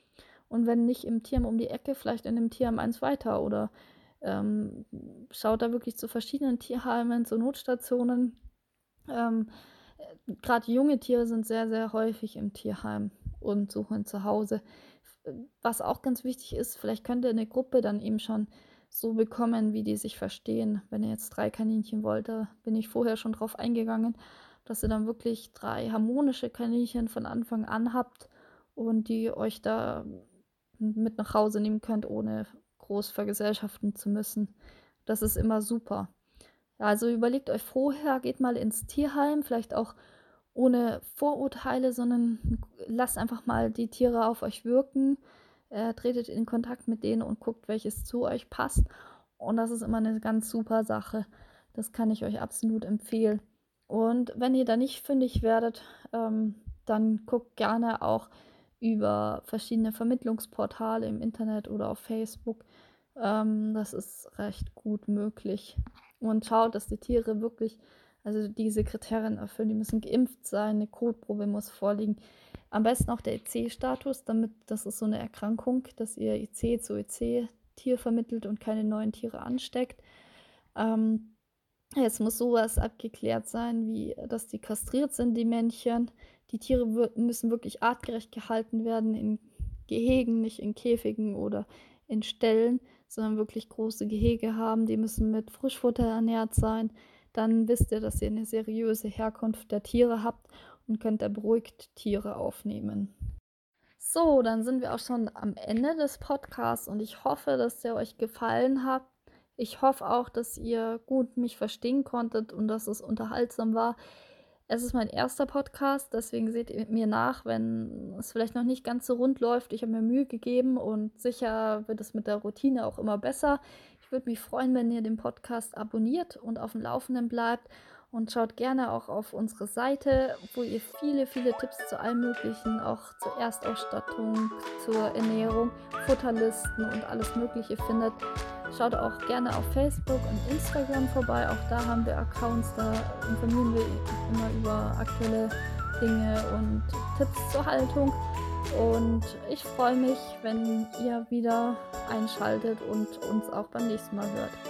Und wenn nicht im Tierheim um die Ecke, vielleicht in dem Tierheim eins weiter oder ähm, schaut da wirklich zu verschiedenen Tierheimen, zu Notstationen. Ähm, äh, Grad junge Tiere sind sehr, sehr häufig im Tierheim und suchen ein Zuhause. F Was auch ganz wichtig ist, vielleicht könnt ihr 'ne Gruppe dann eben schon so bekommen, wie die sich verstehen. Wenn ihr jetzt drei Kaninchen wollt, da bin ich vorher schon drauf eingegangen, dass ihr dann wirklich drei harmonische Kaninchen von Anfang an habt und die euch da mit nach Hause nehmen könnt, ohne groß vergesellschaften zu müssen. Das ist immer super. Ja, also überlegt euch vorher, geht mal ins Tierheim, vielleicht auch ohne Vorurteile, sondern lasst einfach mal die Tiere auf euch wirken, äh, tretet in Kontakt mit denen und guckt, welches zu euch passt. Und das ist immer eine ganz super Sache. Das kann ich euch absolut empfehlen. Und wenn ihr da nicht fündig werdet, ähm, dann guckt gerne auch über verschiedene Vermittlungsportale im Internet oder auf Facebook. Ähm, das ist recht gut möglich. Und schaut, dass die Tiere wirklich, also diese Kriterien erfüllen. Die müssen geimpft sein, eine Kotprobe muss vorliegen. Am besten auch der E C-Status, damit, das ist so eine Erkrankung, dass ihr E C zu E C-Tier vermittelt und keine neuen Tiere ansteckt. Ähm, Es muss sowas abgeklärt sein, wie dass die kastriert sind, die Männchen. Die Tiere wir müssen wirklich artgerecht gehalten werden, in Gehegen, nicht in Käfigen oder in Ställen, sondern wirklich große Gehege haben. Die müssen mit Frischfutter ernährt sein. Dann wisst ihr, dass ihr eine seriöse Herkunft der Tiere habt und könnt da beruhigt Tiere aufnehmen. So, dann sind wir auch schon am Ende des Podcasts und ich hoffe, dass der euch gefallen hat. Ich hoffe auch, dass ihr gut mich verstehen konntet und dass es unterhaltsam war. Es ist mein erster Podcast, deswegen seht ihr mir nach, wenn es vielleicht noch nicht ganz so rund läuft. Ich habe mir Mühe gegeben und sicher wird es mit der Routine auch immer besser. Ich würde mich freuen, wenn ihr den Podcast abonniert und auf dem Laufenden bleibt. Und schaut gerne auch auf unsere Seite, wo ihr viele, viele Tipps zu allem Möglichen, auch zur Erstausstattung, zur Ernährung, Futterlisten und alles Mögliche findet. Schaut auch gerne auf Facebook und Instagram vorbei. Auch da haben wir Accounts, da informieren wir immer über aktuelle Dinge und Tipps zur Haltung. Und ich freue mich, wenn ihr wieder einschaltet und uns auch beim nächsten Mal hört.